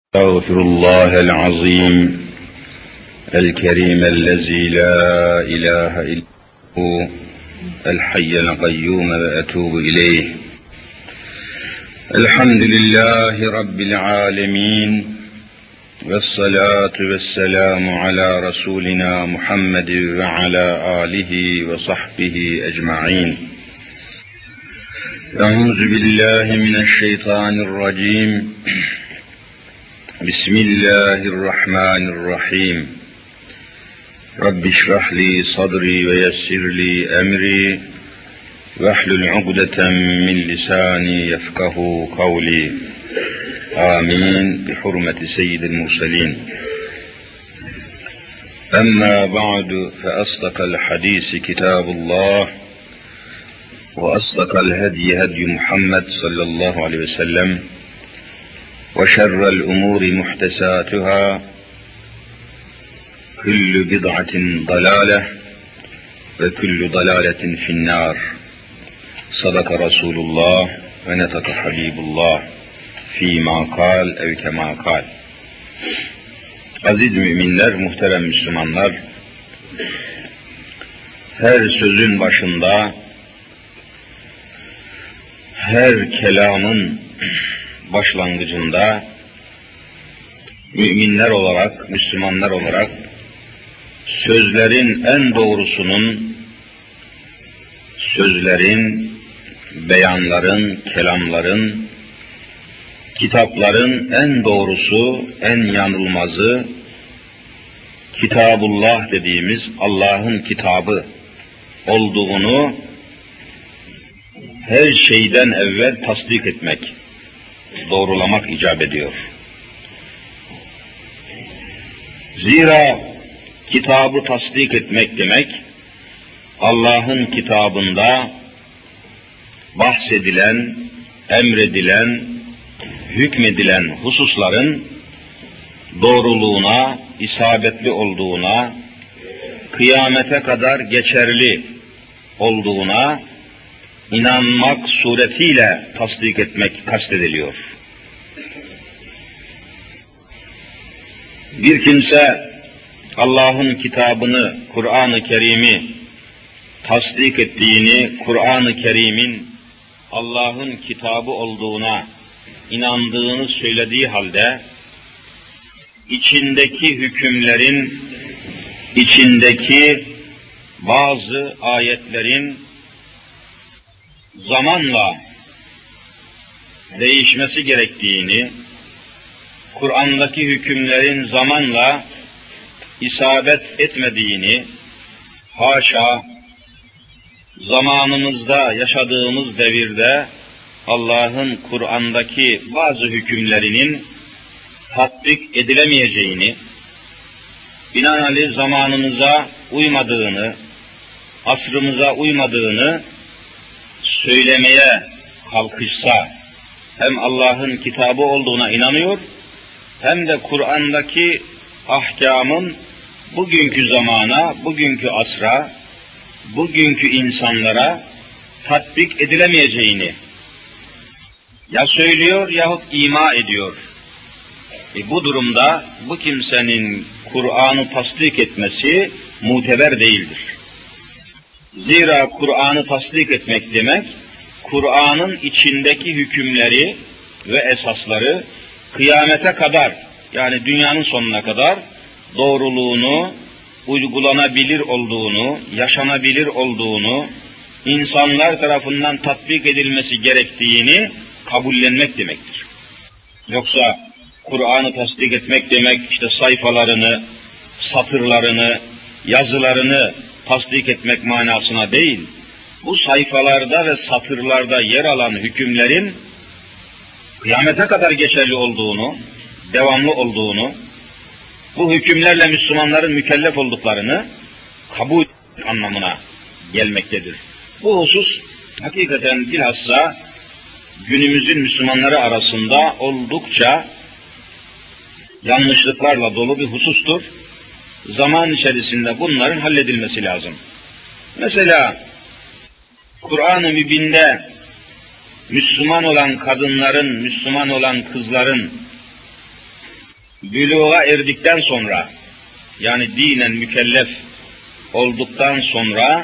أستغفر الله العظيم الكريم الذي لا إله إلا هو الحي القيوم وأتوب إليه. الحمد لله رب العالمين والصلاة والسلام على رسولنا محمد وعلى آله وصحبه أجمعين. أعوذ بالله من الشيطان الرجيم. بسم الله الرحمن الرحيم. رب اشرح لي صدري ويسر لي أمري واحلل عقدة من لساني يفقه قولي. آمين بحرمة سيد المرسلين. أما بعد فأصدق الحديث كتاب الله وأصدق الهدي هدي محمد صلى الله عليه وسلم وشر الأمور محدثاتها كل بدعة ضلالة وكل ضلالة في النار. صدق رسول الله ونطق حبيب الله فيما قال أو كما قال. Aziz müminler, muhterem Müslümanlar, her sözün başında, her kelamın başlangıcında müminler olarak, Müslümanlar olarak sözlerin en doğrusunun, sözlerin, beyanların, kelamların, kitapların en doğrusu, en yanılmazı, Kitabullah dediğimiz Allah'ın kitabı olduğunu her şeyden evvel tasdik etmek, doğrulamak icap ediyor. Zira kitabı tasdik etmek demek, Allah'ın kitabında bahsedilen, emredilen, hükmedilen hususların doğruluğuna, isabetli olduğuna, kıyamete kadar geçerli olduğuna İnanmak suretiyle tasdik etmek kastediliyor. Bir kimse Allah'ın kitabını, Kur'an-ı Kerim'i tasdik ettiğini, Kur'an-ı Kerim'in Allah'ın kitabı olduğuna inandığını söylediği halde, içindeki hükümlerin, içindeki bazı ayetlerin zamanla değişmesi gerektiğini, Kur'an'daki hükümlerin zamanla isabet etmediğini, haşa, zamanımızda yaşadığımız devirde Allah'ın Kur'an'daki bazı hükümlerinin tatbik edilemeyeceğini, binaenaleyh zamanımıza uymadığını, asrımıza uymadığını söylemeye kalkışsa, hem Allah'ın kitabı olduğuna inanıyor, hem de Kur'an'daki ahkamın bugünkü zamana, bugünkü asra, bugünkü insanlara tatbik edilemeyeceğini ya söylüyor yahut ima ediyor. Bu durumda bu kimsenin Kur'an'ı tasdik etmesi muteber değildir. Zira Kur'an'ı tasdik etmek demek, Kur'an'ın içindeki hükümleri ve esasları kıyamete kadar, yani dünyanın sonuna kadar doğruluğunu, uygulanabilir olduğunu, yaşanabilir olduğunu, insanlar tarafından tatbik edilmesi gerektiğini kabullenmek demektir. Yoksa Kur'an'ı tasdik etmek demek, işte sayfalarını, satırlarını, yazılarını tasdik etmek manasına değil, bu sayfalarda ve satırlarda yer alan hükümlerin kıyamete kadar geçerli olduğunu, devamlı olduğunu, bu hükümlerle Müslümanların mükellef olduklarını kabul anlamına gelmektedir. Bu husus hakikaten bilhassa günümüzün Müslümanları arasında oldukça yanlışlıklarla dolu bir husustur. Zaman içerisinde bunların halledilmesi lazım. Mesela Kur'an-ı Mübin'de Müslüman olan kadınların, Müslüman olan kızların büluğa erdikten sonra, yani dinen mükellef olduktan sonra,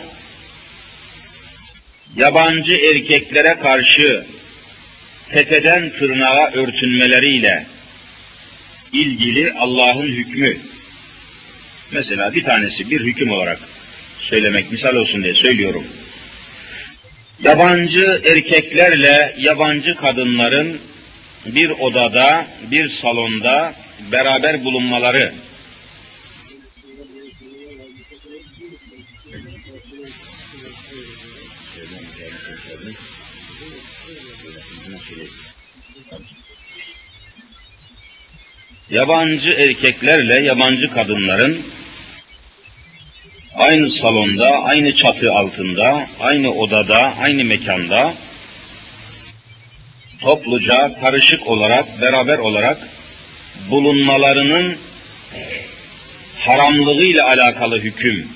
yabancı erkeklere karşı tepeden tırnağa örtünmeleriyle ilgili Allah'ın hükmü. Mesela bir tanesi, bir hüküm olarak söylemek, misal olsun diye söylüyorum. Yabancı erkeklerle yabancı kadınların bir odada, bir salonda beraber bulunmaları. Yabancı erkeklerle yabancı kadınların aynı salonda, aynı çatı altında, aynı odada, aynı mekanda topluca, karışık olarak, beraber olarak bulunmalarının haramlığıyla alakalı hüküm.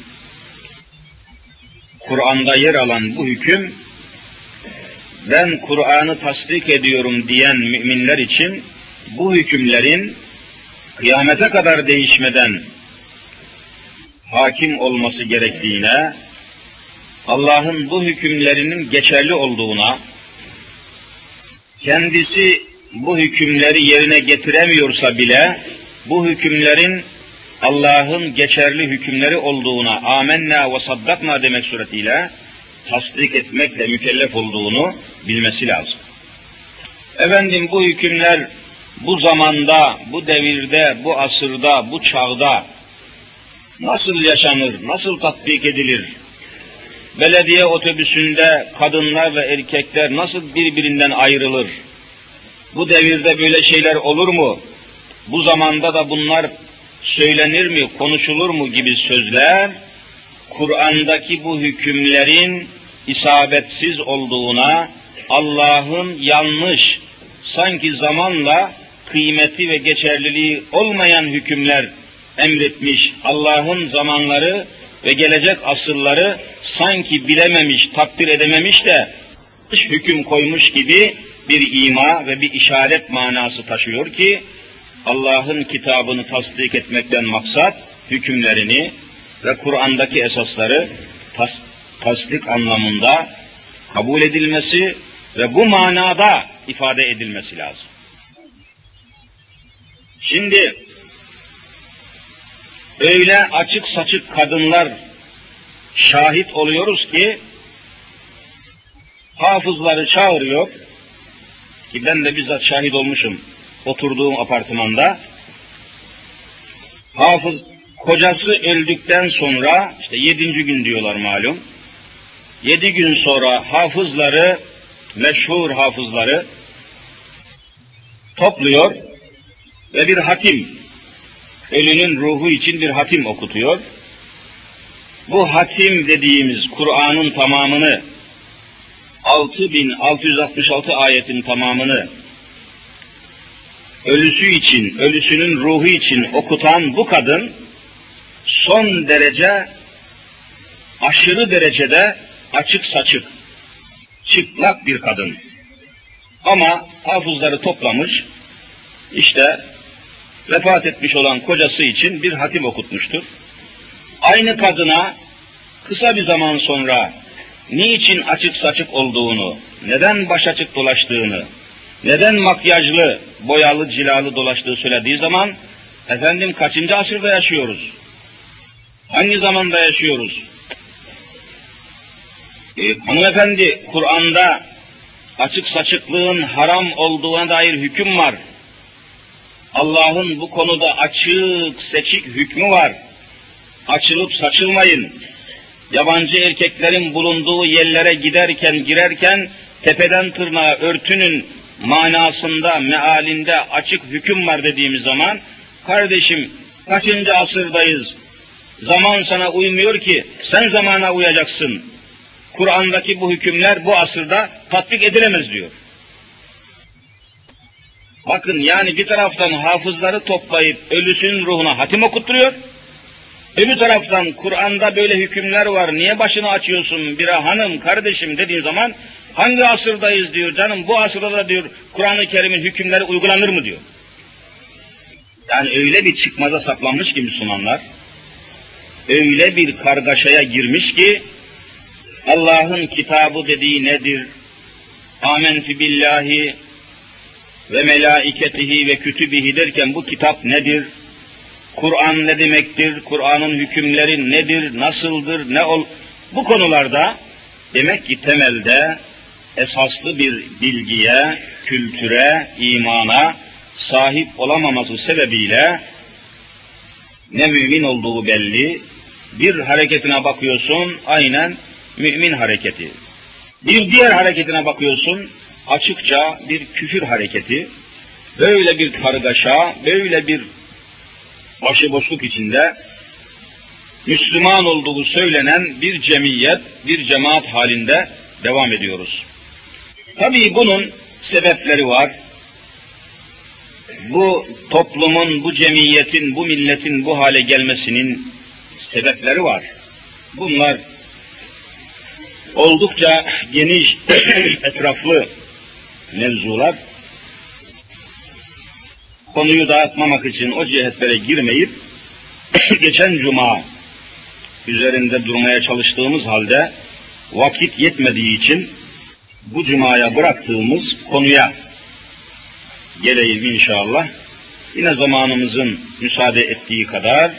Kur'an'da yer alan bu hüküm, ben Kur'an'ı tasdik ediyorum diyen müminler için bu hükümlerin kıyamete kadar değişmeden hakim olması gerektiğine, Allah'ın bu hükümlerinin geçerli olduğuna, kendisi bu hükümleri yerine getiremiyorsa bile bu hükümlerin Allah'ın geçerli hükümleri olduğuna amenna ve saddakna demek suretiyle tasdik etmekle mükellef olduğunu bilmesi lazım. Efendim, bu hükümler bu zamanda, bu devirde, bu asırda, bu çağda nasıl yaşanır, nasıl tatbik edilir? Belediye otobüsünde kadınlar ve erkekler nasıl birbirinden ayrılır? Bu devirde böyle şeyler olur mu? Bu zamanda da bunlar söylenir mi, konuşulur mu gibi sözler, Kur'an'daki bu hükümlerin isabetsiz olduğuna, Allah'ın yanlış, sanki zamanla kıymeti ve geçerliliği olmayan hükümler emretmiş, Allah'ın zamanları ve gelecek asırları sanki bilememiş, takdir edememiş de hüküm koymuş gibi bir ima ve bir işaret manası taşıyor ki, Allah'ın kitabını tasdik etmekten maksat, hükümlerini ve Kur'an'daki esasları tasdik anlamında kabul edilmesi ve bu manada ifade edilmesi lazım. Şimdi öyle açık saçık kadınlar şahit oluyoruz ki, hafızları çağırıyor, ki ben de bizzat şahit olmuşum oturduğum apartmanda. Hafız, kocası öldükten sonra, işte 7. gün diyorlar malum, 7 gün sonra hafızları, meşhur hafızları topluyor ve bir hatim, ölünün ruhu için bir hatim okutuyor. Bu hatim dediğimiz Kur'an'ın tamamını, 6666 ayetin tamamını ölüsü için, ölüsünün ruhu için okutan bu kadın son derece, aşırı derecede açık saçık, çıplak bir kadın. Ama hafızları toplamış, işte vefat etmiş olan kocası için bir hatim okutmuştur. Aynı kadına kısa bir zaman sonra niçin açık saçık olduğunu, neden baş açık dolaştığını, neden makyajlı, boyalı, cilalı dolaştığı söylediği zaman, efendim kaçıncı asırda yaşıyoruz? Hangi zamanda yaşıyoruz? Hanımefendi, Kur'an'da açık saçıklığın haram olduğuna dair hüküm var. Allah'ın bu konuda açık seçik hükmü var. Açılıp saçılmayın. Yabancı erkeklerin bulunduğu yerlere giderken, girerken tepeden tırnağa örtünün manasında, mealinde açık hüküm var dediğimiz zaman, kardeşim kaçıncı asırdayız? Zaman sana uymuyor ki, sen zamana uyacaksın. Kur'an'daki bu hükümler bu asırda tatbik edilemez diyor. Bakın, yani bir taraftan hafızları toplayıp ölüsünün ruhuna hatim okutturuyor, öbür taraftan Kur'an'da böyle hükümler var, niye başını açıyorsun bir hanım, kardeşim dediğin zaman, hangi asırdayız diyor canım, bu asırda da diyor Kur'an-ı Kerim'in hükümleri uygulanır mı diyor. Yani öyle bir çıkmaza saplanmış ki Müslümanlar, öyle bir kargaşaya girmiş ki, Allah'ın kitabı dediği nedir? Âmentü billahi ve melâiketihi ve kütübihi derken bu kitap nedir? Kur'an ne demektir? Kur'an'ın hükümleri nedir? Nasıldır? Bu konularda demek ki temelde esaslı bir bilgiye, kültüre, imana sahip olamaması sebebiyle ne mümin olduğu belli. Bir hareketine bakıyorsun, aynen mümin hareketi. Bir diğer hareketine bakıyorsun, açıkça bir küfür hareketi. Böyle bir kargaşa, böyle bir başıboşluk içinde Müslüman olduğu söylenen bir cemiyet, bir cemaat halinde devam ediyoruz. Tabii bunun sebepleri var. Bu toplumun, bu cemiyetin, bu milletin bu hale gelmesinin sebepleri var. Bunlar oldukça geniş, etraflı mevzular. Konuyu dağıtmamak için o cihetlere girmeyip, geçen cuma üzerinde durmaya çalıştığımız halde vakit yetmediği için bu cumaya bıraktığımız konuya geleyim inşallah. Yine zamanımızın müsaade ettiği kadar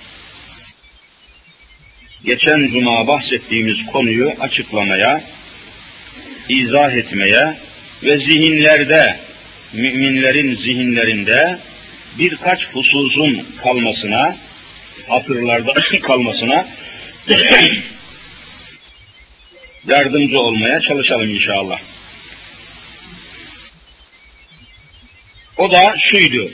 geçen cuma bahsettiğimiz konuyu açıklamaya, izah etmeye ve zihinlerde, müminlerin zihinlerinde birkaç hususun kalmasına, hatırlarda kalmasına yardımcı olmaya çalışalım inşallah. O da şuydu: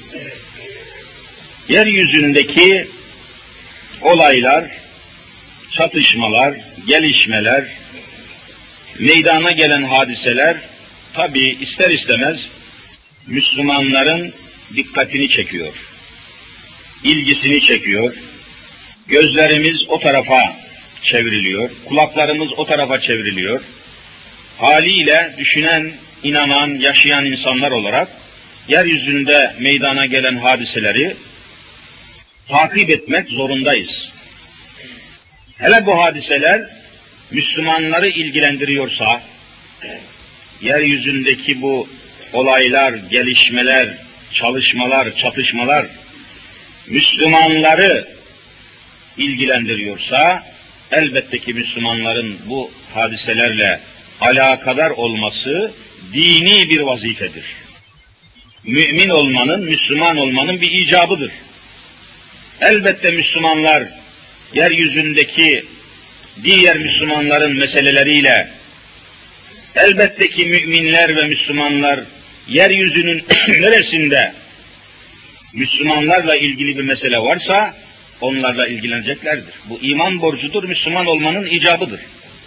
yeryüzündeki olaylar, çatışmalar, gelişmeler, meydana gelen hadiseler tabii ister istemez Müslümanların dikkatini çekiyor, ilgisini çekiyor. Gözlerimiz o tarafa çevriliyor, kulaklarımız o tarafa çevriliyor. Haliyle düşünen, inanan, yaşayan insanlar olarak yeryüzünde meydana gelen hadiseleri takip etmek zorundayız. Hele bu hadiseler Müslümanları ilgilendiriyorsa, yeryüzündeki bu olaylar, gelişmeler, çalışmalar, çatışmalar Müslümanları ilgilendiriyorsa, elbette ki Müslümanların bu hadiselerle alakadar olması dini bir vazifedir. Mümin olmanın, Müslüman olmanın bir icabıdır. Elbette Müslümanlar yeryüzündeki diğer Müslümanların meseleleriyle, elbette ki müminler ve Müslümanlar yeryüzünün neresinde Müslümanlarla ilgili bir mesele varsa onlarla ilgileneceklerdir. Bu iman borcudur, Müslüman olmanın icabıdır.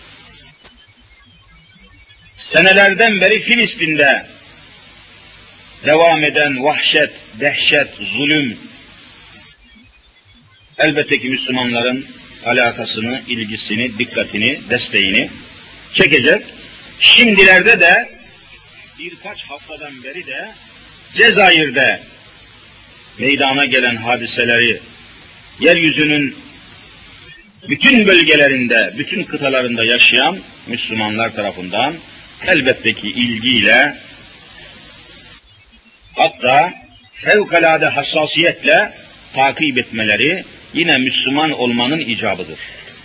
Senelerden beri Filistin'de devam eden vahşet, dehşet, zulüm elbette ki Müslümanların alakasını, ilgisini, dikkatini, desteğini çekecek. Şimdilerde de birkaç haftadan beri de Cezayir'de meydana gelen hadiseleri yeryüzünün bütün bölgelerinde, bütün kıtalarında yaşayan Müslümanlar tarafından elbette ki ilgiyle, hatta fevkalade hassasiyetle takip etmeleri yine Müslüman olmanın icabıdır.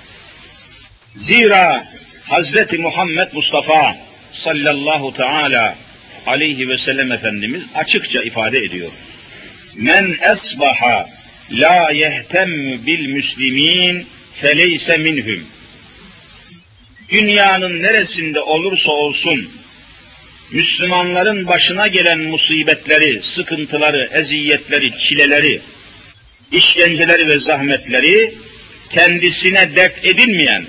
Zira Hazreti Muhammed Mustafa sallallahu teala aleyhi ve sellem Efendimiz açıkça ifade ediyor: Men esbaha la yehtem bil müslimin feleyse minhum. Dünyanın neresinde olursa olsun Müslümanların başına gelen musibetleri, sıkıntıları, eziyetleri, çileleri, işkenceleri ve zahmetleri kendisine dert edinmeyen,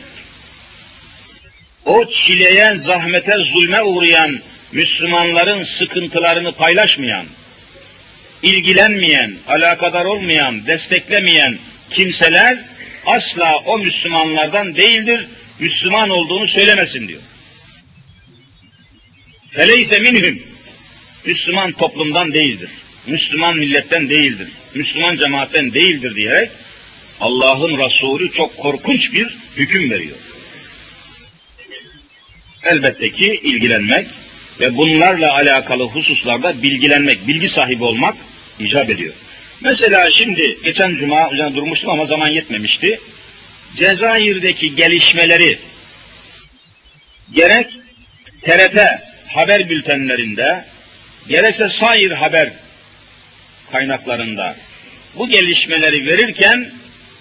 o çileye, zahmete, zulme uğrayan Müslümanların sıkıntılarını paylaşmayan, ilgilenmeyen, alakadar olmayan, desteklemeyen kimseler asla o Müslümanlardan değildir, Müslüman olduğunu söylemesin diyor. Feleyse minhum, Müslüman toplumdan değildir. Müslüman milletten değildir, Müslüman cemaatten değildir diyerek Allah'ın Resulü çok korkunç bir hüküm veriyor. Elbette ki ilgilenmek ve bunlarla alakalı hususlarda bilgilenmek, bilgi sahibi olmak icap ediyor. Mesela şimdi geçen cuma üzerine durmuştum ama zaman yetmemişti. Cezayir'deki gelişmeleri gerek TRT haber bültenlerinde gerekse sair haber kaynaklarında bu gelişmeleri verirken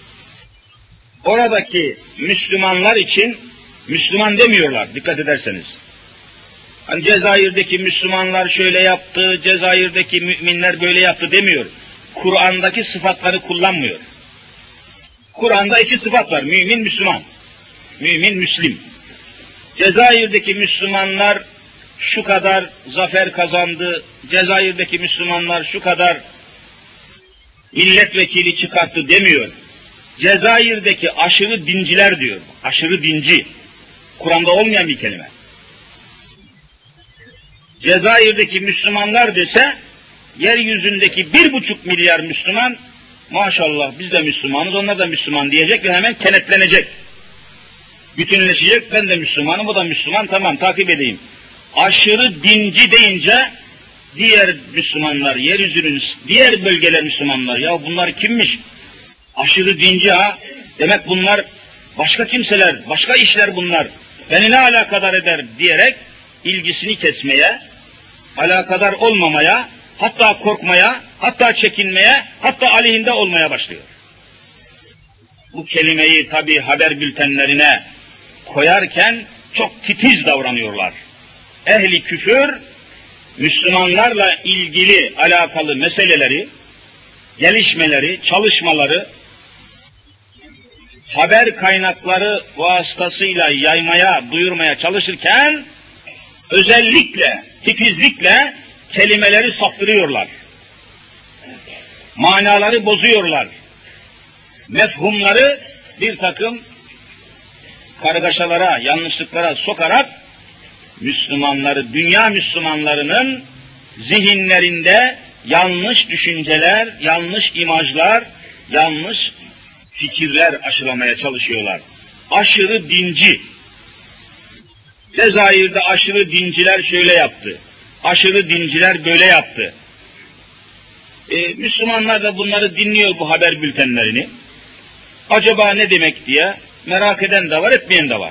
oradaki Müslümanlar için Müslüman demiyorlar dikkat ederseniz. Hani Cezayir'deki Müslümanlar şöyle yaptı, Cezayir'deki müminler böyle yaptı demiyor. Kur'an'daki sıfatları kullanmıyor. Kur'an'da iki sıfat var. Mümin, Müslüman. Mümin, Müslim. Cezayir'deki Müslümanlar şu kadar zafer kazandı, Cezayir'deki Müslümanlar şu kadar milletvekili çıkarttı demiyor. Cezayir'deki aşırı dinciler diyor. Aşırı dinci. Kur'an'da olmayan bir kelime. Cezayir'deki Müslümanlar dese, yeryüzündeki 1,5 milyar Müslüman, maşallah biz de Müslümanız, onlar da Müslüman diyecek ve hemen kenetlenecek. Bütünleşecek, ben de Müslümanım, o da Müslüman, tamam takip edeyim. Aşırı dinci deyince, diğer Müslümanlar, yeryüzünün diğer bölgeler Müslümanlar, ya bunlar kimmiş? Aşırı dinci ha, demek bunlar başka kimseler, başka işler bunlar, beni ne alakadar eder diyerek, ilgisini kesmeye, alakadar olmamaya, hatta korkmaya, hatta çekinmeye, hatta aleyhinde olmaya başlıyor. Bu kelimeyi tabi haber bültenlerine koyarken çok titiz davranıyorlar. Ehli küfür, Müslümanlarla ilgili alakalı meseleleri, gelişmeleri, çalışmaları, haber kaynakları vasıtasıyla yaymaya, duyurmaya çalışırken, özellikle, titizlikle kelimeleri saptırıyorlar. Manaları bozuyorlar. Mefhumları bir takım kargaşalara, yanlışlıklara sokarak Müslümanları, dünya Müslümanlarının zihinlerinde yanlış düşünceler, yanlış imajlar, yanlış fikirler aşılamaya çalışıyorlar. Aşırı dinci. Cezayir'de aşırı dinciler şöyle yaptı. Aşırı dinciler böyle yaptı. Müslümanlar da bunları dinliyor bu haber bültenlerini. Acaba ne demek diye merak eden de var, etmeyen de var.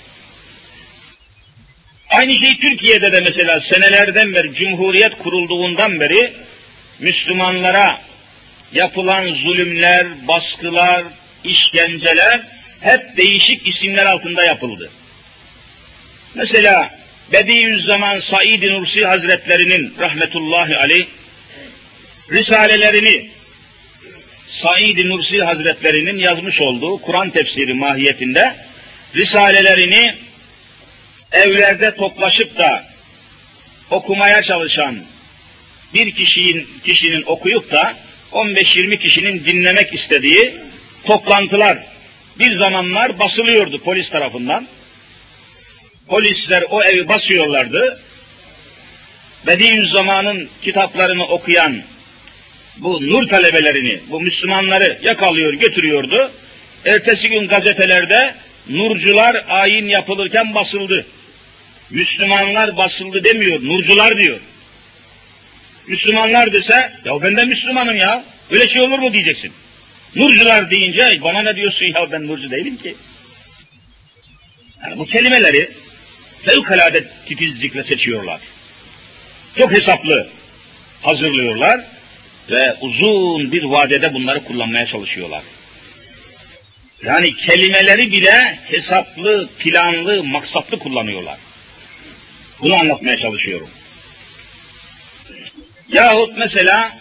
Aynı şey Türkiye'de de mesela senelerden beri, Cumhuriyet kurulduğundan beri Müslümanlara yapılan zulümler, baskılar, işkenceler hep değişik isimler altında yapıldı. Mesela Bediüzzaman Said-i Nursi Hazretlerinin rahmetullahi aleyh risalelerini Said-i Nursi Hazretlerinin yazmış olduğu Kur'an tefsiri mahiyetinde risalelerini evlerde toplaşıp da okumaya çalışan bir kişinin okuyup da 15-20 kişinin dinlemek istediği toplantılar bir zamanlar basılıyordu polis tarafından. Polisler o evi basıyorlardı. Bediüzzaman'ın kitaplarını okuyan bu nur talebelerini, bu Müslümanları yakalıyor, götürüyordu. Ertesi gün gazetelerde nurcular ayin yapılırken basıldı. Müslümanlar basıldı demiyor, nurcular diyor. Müslümanlar dese, ya ben de Müslümanım ya, öyle şey olur mu diyeceksin. Nurcular deyince, bana ne diyorsun ya, ben nurcu değilim ki. Yani bu kelimeleri fevkalade titizlikle seçiyorlar. Çok hesaplı hazırlıyorlar ve uzun bir vadede bunları kullanmaya çalışıyorlar. Yani kelimeleri bile hesaplı, planlı, maksatlı kullanıyorlar. Bunu anlatmaya çalışıyorum. Yahut mesela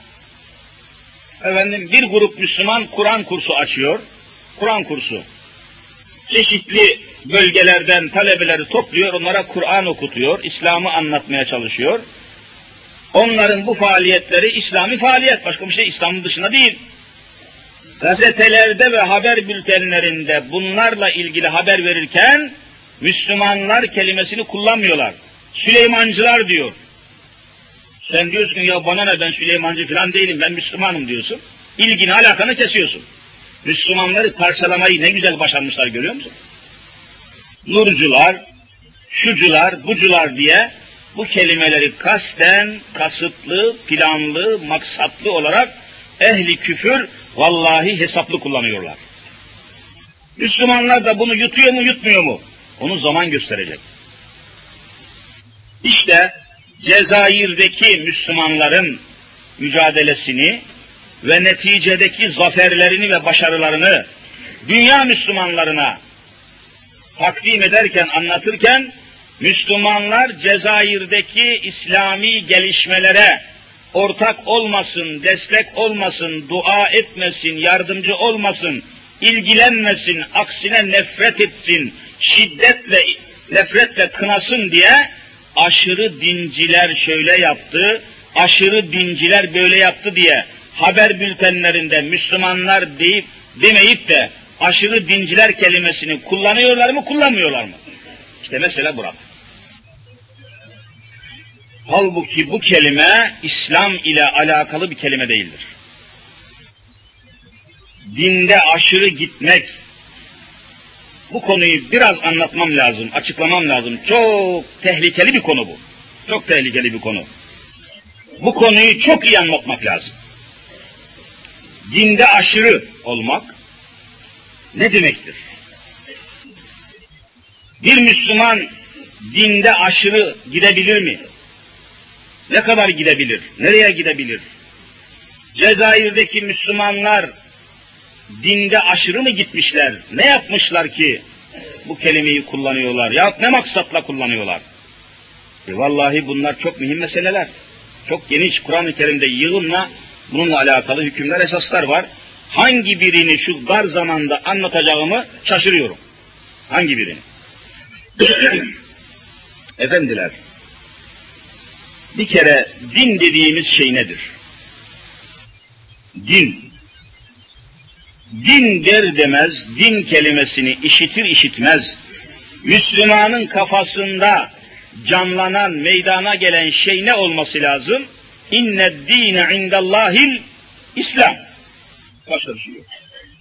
bir grup Müslüman Kur'an kursu açıyor. Kur'an kursu. Çeşitli bölgelerden talebeleri topluyor, onlara Kur'an okutuyor, İslam'ı anlatmaya çalışıyor. Onların bu faaliyetleri İslami faaliyet, başka bir şey İslam'ın dışında değil. Gazetelerde ve haber bültenlerinde bunlarla ilgili haber verirken Müslümanlar kelimesini kullanmıyorlar. Süleymancılar diyor. Sen diyorsun ya bana ne, ben Süleymancı falan değilim, ben Müslümanım diyorsun. İlgini alakanı kesiyorsun. Müslümanları parçalamayı ne güzel başarmışlar, görüyor musun? Nurcular, şucular, bucular diye bu kelimeleri kasten, kasıtlı, planlı, maksatlı olarak ehli küfür vallahi hesaplı kullanıyorlar. Müslümanlar da bunu yutuyor mu yutmuyor mu? Onu zaman gösterecek. İşte Cezayir'deki Müslümanların mücadelesini ve neticedeki zaferlerini ve başarılarını dünya Müslümanlarına takdim ederken, anlatırken, Müslümanlar Cezayir'deki İslami gelişmelere ortak olmasın, destek olmasın, dua etmesin, yardımcı olmasın, ilgilenmesin, aksine nefret etsin, şiddetle, nefretle kınasın diye aşırı dinciler şöyle yaptı, aşırı dinciler böyle yaptı diye haber bültenlerinde Müslümanlar demeyip de aşırı dinciler kelimesini kullanıyorlar mı, kullanmıyorlar mı? İşte mesele burada. Halbuki bu kelime İslam ile alakalı bir kelime değildir. Dinde aşırı gitmek, bu konuyu biraz anlatmam lazım, açıklamam lazım. Çok tehlikeli bir konu bu. Çok tehlikeli bir konu. Bu konuyu çok iyi anlatmak lazım. Dinde aşırı olmak ne demektir? Bir Müslüman dinde aşırı gidebilir mi? Ne kadar gidebilir? Nereye gidebilir? Cezayir'deki Müslümanlar dinde aşırı mı gitmişler? Ne yapmışlar ki bu kelimeyi kullanıyorlar? Ya ne maksatla kullanıyorlar? Vallahi bunlar çok mühim meseleler. Çok geniş Kur'an-ı Kerim'de yığınla bununla alakalı hükümler, esaslar var. Hangi birini şu dar zamanda anlatacağımı şaşırıyorum. Hangi birini? Efendiler, bir kere din dediğimiz şey nedir? Din. Din der demez, din kelimesini işitir işitmez, Müslümanın kafasında canlanan, meydana gelen şey ne olması lazım? İnned dîne indallâhil İslam. Başka bir şey yok.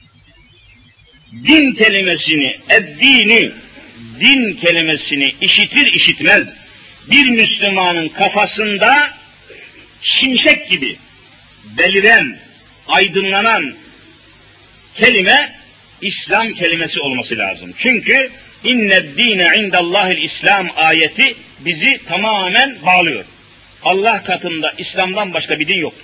Din kelimesini, eddini, din kelimesini işitir işitmez, bir Müslümanın kafasında şimşek gibi beliren, aydınlanan kelime İslam kelimesi olması lazım. Çünkü inned dîne indallâhil İslam ayeti bizi tamamen bağlıyor. Allah katında İslam'dan başka bir din yoktur.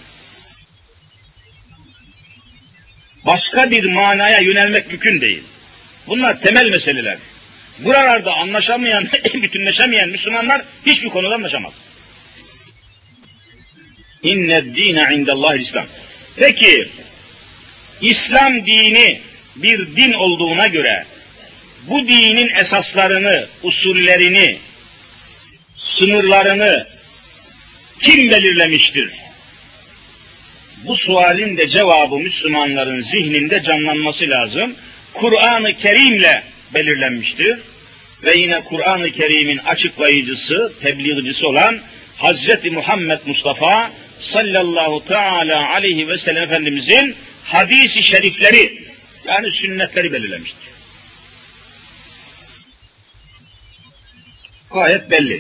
Başka bir manaya yönelmek mümkün değil. Bunlar temel meseleler. Buralarda anlaşamayan, bütünleşemeyen Müslümanlar hiçbir konuda anlaşamaz. İnned dîne indallâhil İslam. Peki, İslam dini bir din olduğuna göre bu dinin esaslarını, usullerini, sınırlarını kim belirlemiştir? Bu sualin de cevabı Müslümanların zihninde canlanması lazım. Kur'an-ı Kerim'le belirlenmiştir. Ve yine Kur'an-ı Kerim'in açıklayıcısı, tebliğcisi olan Hazreti Muhammed Mustafa sallallahu teala aleyhi ve sellem Efendimizin hadis-i şerifleri, yani sünnetleri belirlemiştir. Gayet belli.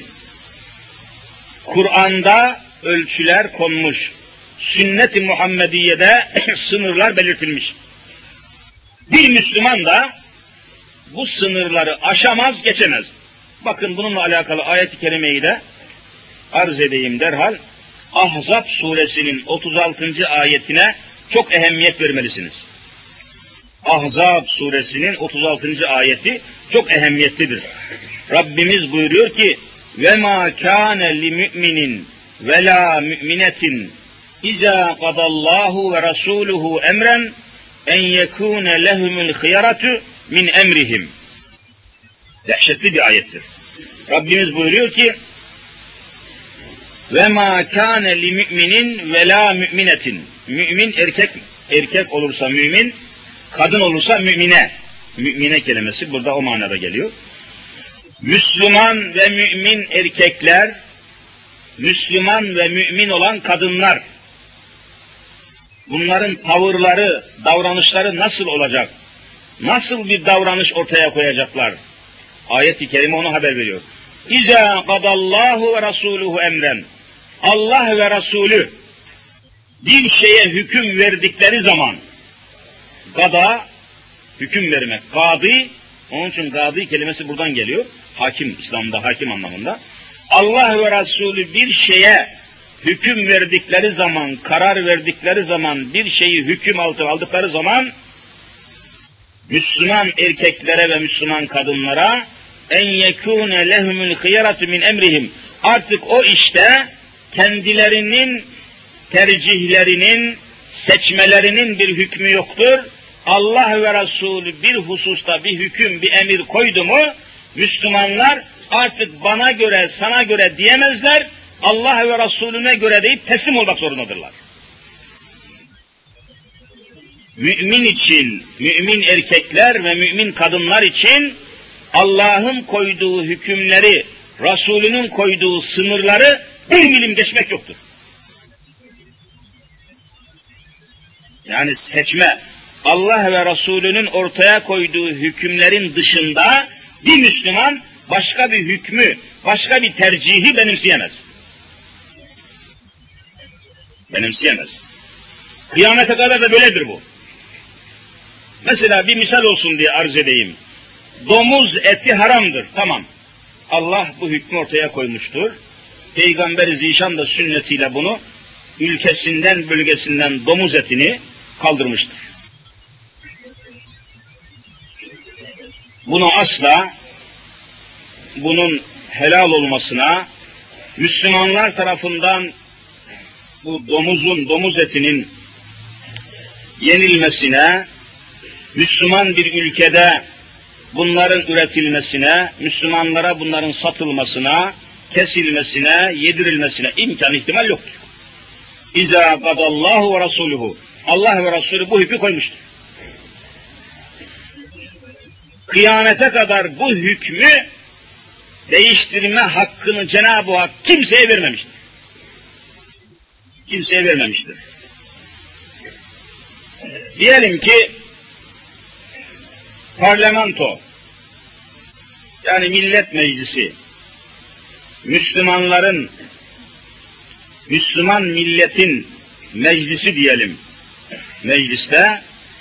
Kur'an'da ölçüler konmuş, sünnet-i Muhammediye'de sınırlar belirtilmiş. Bir Müslüman da bu sınırları aşamaz, geçemez. Bakın bununla alakalı ayet-i kerimeyi de arz edeyim derhal. Ahzab suresinin 36. ayetine çok ehemmiyet vermelisiniz. Ahzab suresinin 36. ayeti çok ehemmiyetlidir. Rabbimiz buyuruyor ki: "Ve ma kâne li mü'minin ve la mü'minetin izâ kadallahu ve rasûluhu emren en yekûne lehumul hıyaratu min emrihim." Dehşetli bir ayettir. Rabbimiz buyuruyor ki: "Ve ma kâne li mü'minin ve la mü'minetin." Mümin erkek olursa mümin, kadın olursa mümine. Mümine kelimesi burada o manada geliyor. Müslüman ve mümin erkekler Müslüman ve mümin olan kadınlar, bunların tavırları, davranışları nasıl olacak? Nasıl bir davranış ortaya koyacaklar? Ayet-i kerime onu haber veriyor. İzâ kadallahu ve rasûluhu emren. Allah ve Resulü bir şeye hüküm verdikleri zaman, gada, hüküm vermek, kadı, onun için kadı kelimesi buradan geliyor. Hakim, İslam'da hakim anlamında. Allah ve Resulü bir şeye hüküm verdikleri zaman, karar verdikleri zaman, bir şeyi hüküm altına aldıkları zaman, Müslüman erkeklere ve Müslüman kadınlara en yekûne lehumul hıyaratu min emrihim. Artık o işte kendilerinin tercihlerinin, seçmelerinin bir hükmü yoktur. Allah ve Resulü bir hususta bir hüküm, bir emir koydu mu, Müslümanlar artık bana göre, sana göre diyemezler, Allah ve Resulüne göre deyip teslim olmak zorundadırlar. Mümin için, mümin erkekler ve mümin kadınlar için Allah'ın koyduğu hükümleri, Resulünün koyduğu sınırları bir milim geçmek yoktur. Yani seçme, Allah ve Resulünün ortaya koyduğu hükümlerin dışında bir Müslüman başka bir hükmü, başka bir tercihi benimseyemez. Benimseyemez. Kıyamete kadar da böyledir bu. Mesela bir misal olsun diye arz edeyim. Domuz eti haramdır, tamam. Allah bu hükmü ortaya koymuştur. Peygamber-i Zişan da sünnetiyle bunu ülkesinden, bölgesinden domuz etini kaldırmıştır. Bunu asla, bunun helal olmasına, Müslümanlar tarafından bu domuz etinin yenilmesine, Müslüman bir ülkede bunların üretilmesine, Müslümanlara bunların satılmasına, kesilmesine, yedirilmesine imkan ihtimal yoktur. İzâ kadallahu ve rasûluhu. Allah ve Resulü bu hükmü koymuştur. Kıyamete kadar bu hükmü değiştirme hakkını Cenab-ı Hak kimseye vermemiştir. Kimseye vermemiştir. Diyelim ki parlamento, yani millet meclisi, Müslümanların, Müslüman milletin meclisi diyelim, mecliste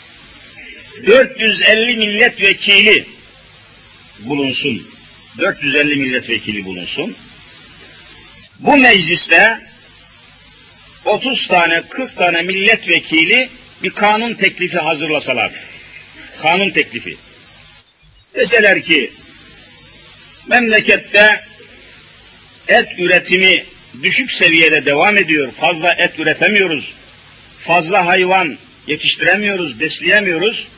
450 milletvekili bulunsun. 450 milletvekili bulunsun. Bu mecliste 30 tane, 40 tane milletvekili bir kanun teklifi hazırlasalar. Kanun teklifi. Deseler ki, memlekette et üretimi düşük seviyede devam ediyor. Fazla et üretemiyoruz. Fazla hayvan yetiştiremiyoruz, besleyemiyoruz.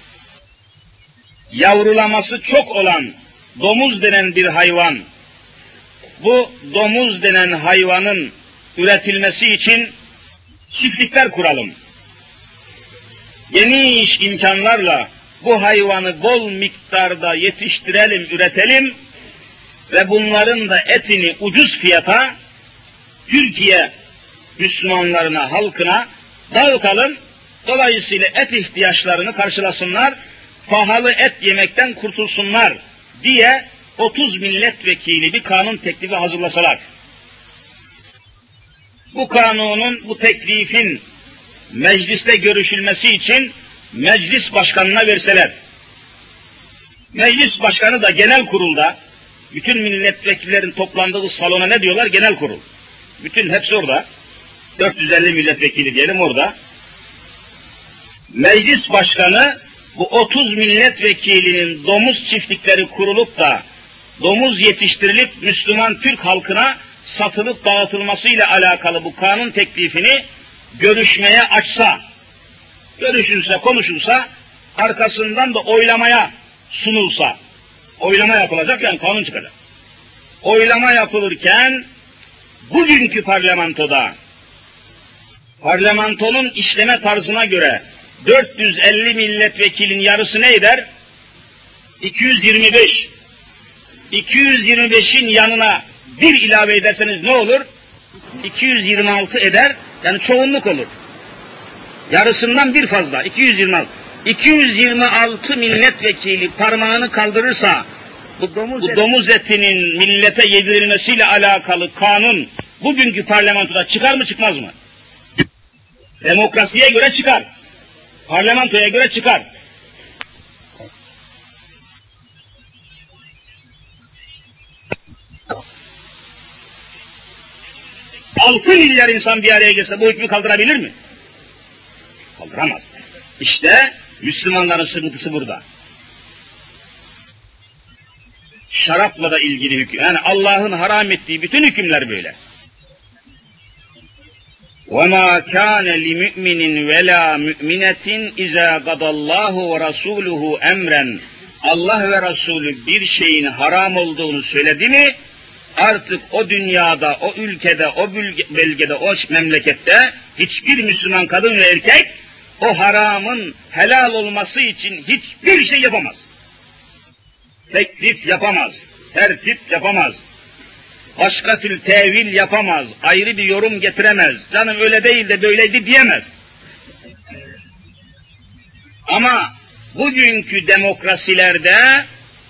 Yavrulaması çok olan domuz denen bir hayvan, bu domuz denen hayvanın üretilmesi için çiftlikler kuralım. Geniş imkanlarla bu hayvanı bol miktarda yetiştirelim, üretelim ve bunların da etini ucuz fiyata Türkiye Müslümanlarına, halkına dağıtalım. Dolayısıyla et ihtiyaçlarını karşılasınlar, pahalı et yemekten kurtulsunlar diye 30 milletvekili bir kanun teklifi hazırlasalar. Bu kanunun, bu teklifin mecliste görüşülmesi için meclis başkanına verseler, meclis başkanı da genel kurulda, bütün milletvekillerin toplandığı salona ne diyorlar? Genel kurul. Bütün hepsi orada. 450 milletvekili diyelim orada. Meclis başkanı bu 30 milletvekilinin domuz çiftlikleri kurulup da domuz yetiştirilip Müslüman Türk halkına satılıp dağıtılmasıyla alakalı bu kanun teklifini görüşmeye açsa, görüşülse, konuşulsa, arkasından da oylamaya sunulsa, oylama yapılacak, yani kanun çıkacak. Oylama yapılırken bugünkü parlamentonun işleme tarzına göre 450 milletvekilin yarısı ne eder? 225. 225'in yanına bir ilave ederseniz ne olur? 226 eder, yani çoğunluk olur. Yarısından bir fazla, 226. 226 milletvekili parmağını kaldırırsa, bu domuz etinin millete yedirilmesiyle alakalı kanun bugünkü parlamentoda çıkar mı çıkmaz mı? Demokrasiye göre çıkar. Parlamentoya göre çıkar. Altı milyar insan bir araya gelse bu hükmü kaldırabilir mi? Kaldıramaz. İşte Müslümanların sıkıntısı burada. Şarapla da ilgili hüküm. Yani Allah'ın haram ettiği bütün hükümler böyle. وَمَا كَانَ لِمُؤْمِنٍ وَلَا مُؤْمِنَةٍ اِذَا قَضَ اللّٰهُ وَرَسُولُهُ اَمْرًا Allah ve Resulü bir şeyin haram olduğunu söyledi mi, artık o dünyada, o ülkede, o bölgede, o memlekette hiçbir Müslüman kadın ve erkek o haramın helal olması için hiçbir şey yapamaz. Teklif yapamaz, tertip yapamaz, başka tür tevil yapamaz, ayrı bir yorum getiremez, canım öyle değil de böyleydi diyemez. Ama bugünkü demokrasilerde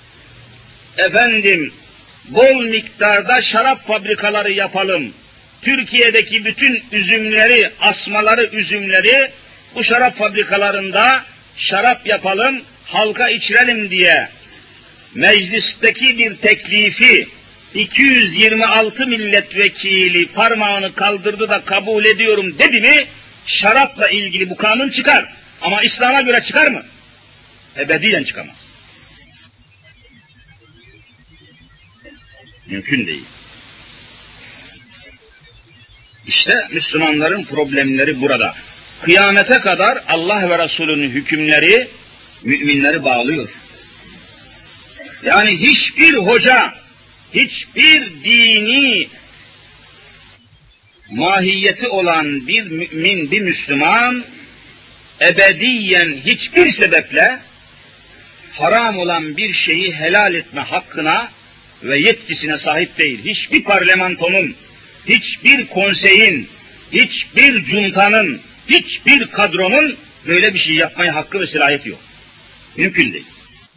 bol miktarda şarap fabrikaları yapalım, Türkiye'deki bütün üzümleri, asmaları, üzümleri bu şarap fabrikalarında şarap yapalım, halka içirelim diye meclisteki bir teklifi 226 milletvekili parmağını kaldırdı da kabul ediyorum dedi mi, şarapla ilgili bu kanun çıkar. Ama İslam'a göre çıkar mı? Ebediyen çıkamaz. Mümkün değil. İşte Müslümanların problemleri burada. Kıyamete kadar Allah ve Resulünün hükümleri müminleri bağlıyor. Yani hiçbir hoca, hiçbir dini mahiyeti olan bir mümin, bir Müslüman ebediyen hiçbir sebeple haram olan bir şeyi helal etme hakkına ve yetkisine sahip değil. Hiçbir parlamentonun, hiçbir konseyin, hiçbir cuntanın, hiçbir kadronun böyle bir şey yapmaya hakkı ve silahiyeti yok. Mümkün değil.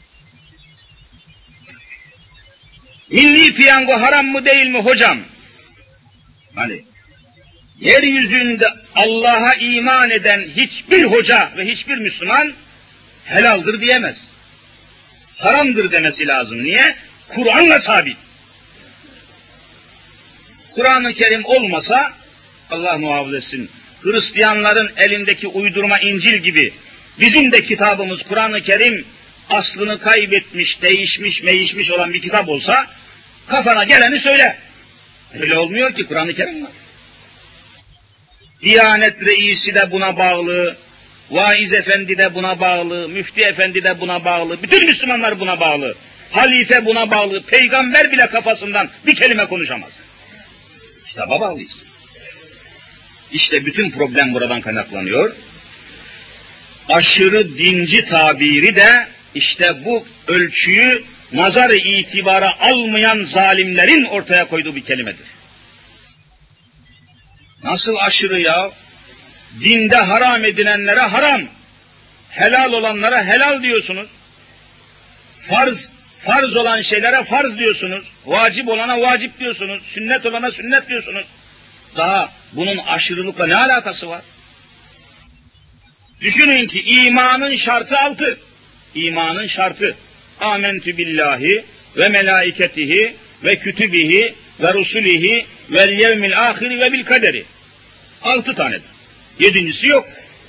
Milli piyango haram mı değil mi hocam? Hani yeryüzünde Allah'a iman eden hiçbir hoca ve hiçbir Müslüman helaldir diyemez. Haramdır demesi lazım. Niye? Kur'an'la sabit. Kur'an-ı Kerim olmasa, Allah muhafaza etsin, Hristiyanların elindeki uydurma İncil gibi bizim de kitabımız Kur'an-ı Kerim aslını kaybetmiş, değişmiş olan bir kitap olsa kafana geleni söyle. Öyle olmuyor ki, Kur'an-ı Kerim var. Diyanet reisi de buna bağlı, vaiz efendi de buna bağlı, müftü efendi de buna bağlı, bütün Müslümanlar buna bağlı, halife buna bağlı, peygamber bile kafasından bir kelime konuşamaz. Kitaba bağlıyız. İşte bütün problem buradan kaynaklanıyor. Aşırı dinci tabiri de işte bu ölçüyü nazar-ı itibara almayan zalimlerin ortaya koyduğu bir kelimedir. Nasıl aşırı ya? Dinde haram edilenlere haram, helal olanlara helal diyorsunuz. Farz olan şeylere farz diyorsunuz. Vacip olana vacip diyorsunuz. Sünnet olana sünnet diyorsunuz. Daha bunun aşırılıkla ne alakası var? Düşünün ki imanın şartı 6. İmanın şartı. Âmentü billahi ve melaiketihi ve kütübihi ve rusulihi vel yevmil ahiri ve bil kaderi. 6 tanedir. 7.'si yok.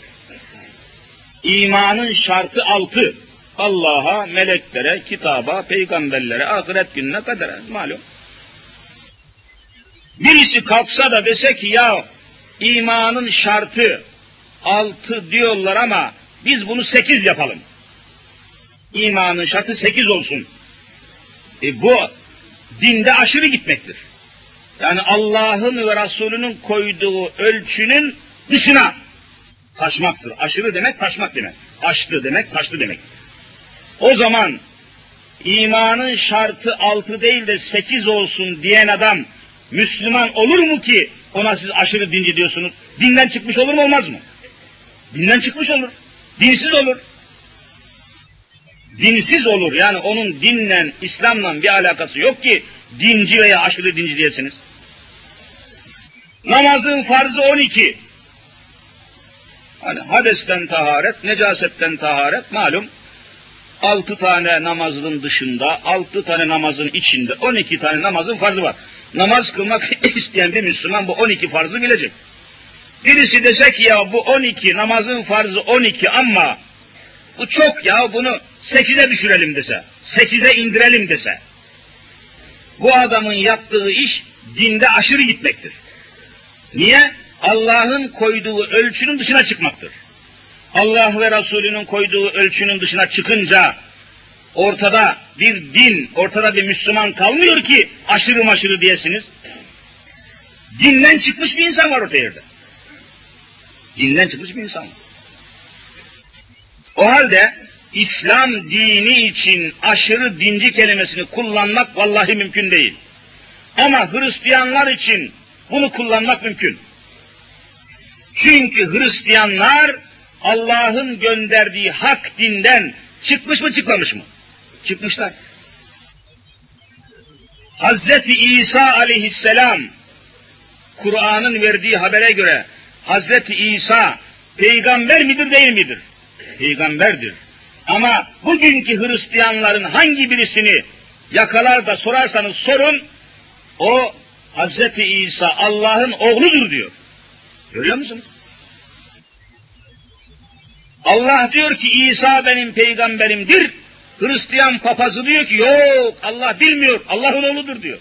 İmanın şartı 6. Allah'a, meleklere, kitaba, peygamberlere, ahiret gününe kadere malum. Birisi kalksa da dese ki ya imanın şartı 6 diyorlar ama biz bunu 8 yapalım. İmanın şartı 8 olsun. Bu dinde aşırı gitmektir. Yani Allah'ın ve Resulünün koyduğu ölçünün dışına taşmaktır. Aşırı demek taşmak demek. Aştı demek, taştı demek. O zaman imanın şartı 6 değil de 8 olsun diyen adam Müslüman olur mu ki Ona siz aşırı dinci diyorsunuz. Dinden çıkmış olur mu olmaz mı? Dinden çıkmış olur. Dinsiz olur. Dinsiz olur. Yani onun dinle, İslam'la bir alakası yok ki dinci veya aşırı dinci diyesiniz. Namazın farzı 12. Hani hadesten taharet, necasetten taharet malum. 6 tane namazın dışında, 6 tane namazın içinde 12 tane namazın farzı var. Namaz kılmak isteyen bir Müslüman bu 12 farzı bilecek. Birisi dese ki ya bu 12, namazın farzı 12 ama bu çok ya bunu 8'e düşürelim dese, 8'e indirelim dese. Bu adamın yaptığı iş dinde aşırı gitmektir. Niye? Allah'ın koyduğu ölçünün dışına çıkmaktır. Allah ve Resulünün koyduğu ölçünün dışına çıkınca ortada bir din, ortada bir Müslüman kalmıyor ki aşırı maşırı diyesiniz. Dinden çıkmış bir insan var orta yerde. Dinden çıkmış bir insan var. O halde İslam dini için aşırı dinci kelimesini kullanmak vallahi mümkün değil. Ama Hristiyanlar için bunu kullanmak mümkün. Çünkü Hristiyanlar Allah'ın gönderdiği hak dinden çıkmış mı çıkmamış mı? Çıkmışlar. Hazreti İsa aleyhisselam Kur'an'ın verdiği habere göre Hazreti İsa peygamber midir değil midir? Peygamberdir. Ama bugünkü Hristiyanların hangi birisini yakalar da sorarsanız sorun, o Hazreti İsa Allah'ın oğludur diyor. Görüyor musunuz? Allah diyor ki İsa benim peygamberimdir. Hristiyan papazı diyor ki yok Allah bilmiyor, Allah'ın oğludur diyor.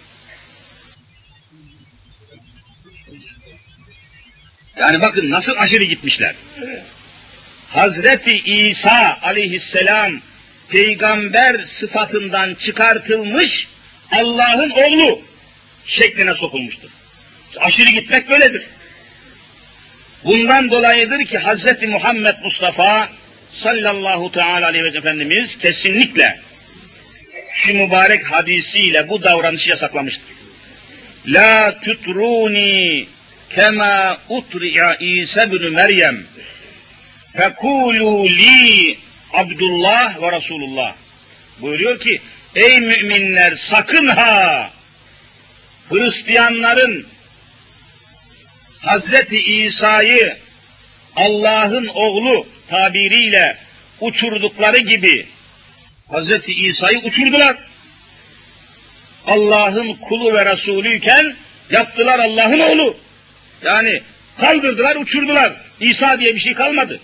Yani bakın nasıl aşırı gitmişler. Hazreti İsa aleyhisselam peygamber sıfatından çıkartılmış Allah'ın oğlu şekline sokulmuştur. Aşırı gitmek böyledir. Bundan dolayıdır ki Hazreti Muhammed Mustafa sallallahu teala aleyhi ve sellem Efendimiz kesinlikle şu mübarek hadisiyle bu davranışı yasaklamıştır. La tutruni kema utri'a İsa ibn Meryem fekulu li Abdullah ve Resulullah. Buyuruyor ki ey müminler sakın ha Hristiyanların Hazreti İsa'yı Allah'ın oğlu tabiriyle uçurdukları gibi Hazreti İsa'yı uçurdular. Allah'ın kulu ve Resulüyken yaptılar Allah'ın oğlu. Yani kaldırdılar, uçurdular. İsa diye bir şey kalmadı.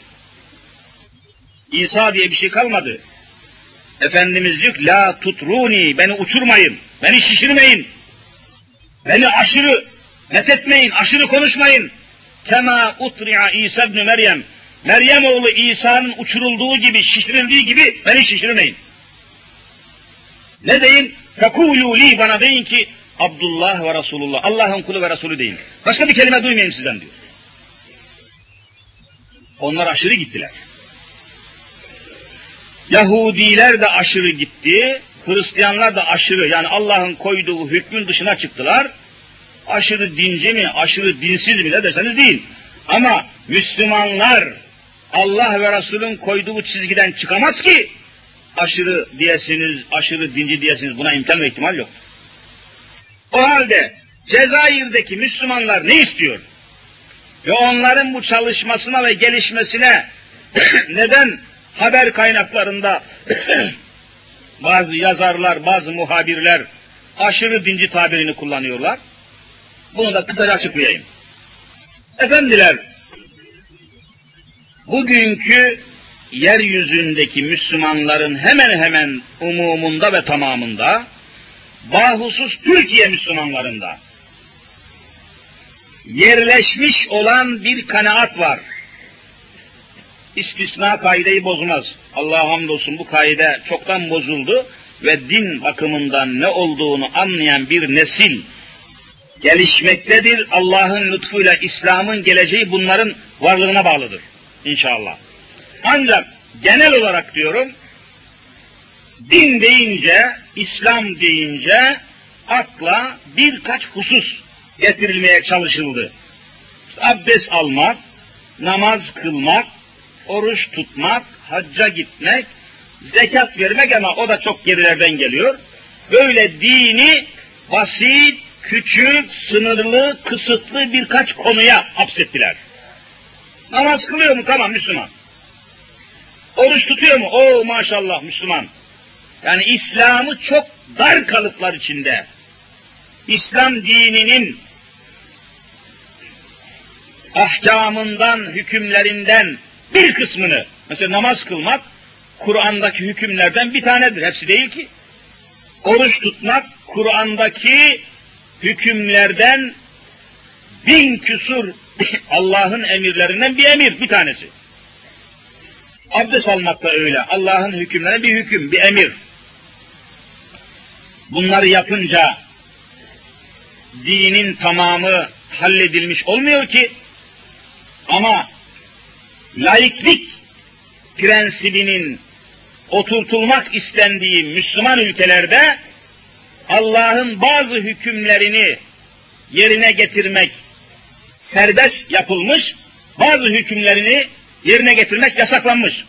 İsa diye bir şey kalmadı. Efendimiz diyor ki, la tutruni, beni uçurmayın, beni şişirmeyin, beni aşırı methetmeyin, aşırı konuşmayın. Kema utri'a İsa ibn Meryem, Meryem oğlu İsa'nın uçurulduğu gibi, şişirildiği gibi beni şişirmeyin. Ne deyin? Fekûlû li, bana deyin ki Abdullah ve Resulullah, Allah'ın kulu ve Resulü deyin. Başka bir kelime duymayayım sizden diyor. Onlar aşırı gittiler. Yahudiler de aşırı gitti, Hristiyanlar da aşırı, yani Allah'ın koyduğu hükmün dışına çıktılar. Aşırı dinci mi, aşırı dinsiz mi ne derseniz deyin. Ama Müslümanlar Allah ve Resul'ün koyduğu çizgiden çıkamaz ki aşırı diyesiniz, aşırı dinci diyesiniz, buna imkan ve ihtimal yok. O halde Cezayir'deki Müslümanlar ne istiyor? Ve onların bu çalışmasına ve gelişmesine neden haber kaynaklarında bazı yazarlar, bazı muhabirler aşırı dinci tabirini kullanıyorlar? Bunu da kısaca açıklayayım. Efendiler, bugünkü yeryüzündeki Müslümanların hemen hemen umumunda ve tamamında, bahusus Türkiye Müslümanlarında yerleşmiş olan bir kanaat var. İstisna kaideyi bozmaz. Allah'a hamdolsun bu kaide çoktan bozuldu ve din bakımından ne olduğunu anlayan bir nesil gelişmektedir. Allah'ın lütfuyla İslam'ın geleceği bunların varlığına bağlıdır İnşallah. Ancak genel olarak diyorum, din deyince, İslam deyince akla birkaç husus getirilmeye çalışıldı. Abdest almak, namaz kılmak, oruç tutmak, hacca gitmek, zekat vermek, ama o da çok gerilerden geliyor. Böyle dini basit, küçük, sınırlı, kısıtlı birkaç konuya hapsettiler. Namaz kılıyor mu? Tamam, Müslüman. Oruç tutuyor mu? Oo maşallah, Müslüman. Yani İslam'ı çok dar kalıplar içinde, İslam dininin ahkamından, hükümlerinden bir kısmını, mesela namaz kılmak, Kur'an'daki hükümlerden bir tanedir, hepsi değil ki. Oruç tutmak, Kur'an'daki hükümlerden 1000 küsur Allah'ın emirlerinden bir emir, bir tanesi. Abdest almak da öyle, Allah'ın hükümlerine bir hüküm, bir emir. Bunları yapınca dinin tamamı halledilmiş olmuyor ki, ama laiklik prensibinin oturtulmak istendiği Müslüman ülkelerde Allah'ın bazı hükümlerini yerine getirmek serbest yapılmış, bazı hükümlerini yerine getirmek yasaklanmış.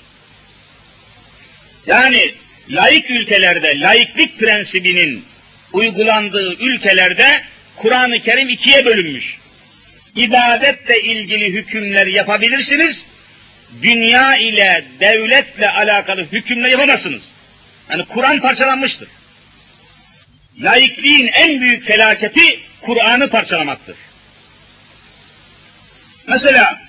Yani laik ülkelerde, laiklik prensibinin uygulandığı ülkelerde Kur'an-ı Kerim ikiye bölünmüş. İbadetle ilgili hükümler yapabilirsiniz, dünya ile, devletle alakalı hükümler yapamazsınız. Yani Kur'an parçalanmıştır. Laikliğin en büyük felaketi Kur'an'ı parçalamaktır. Mesela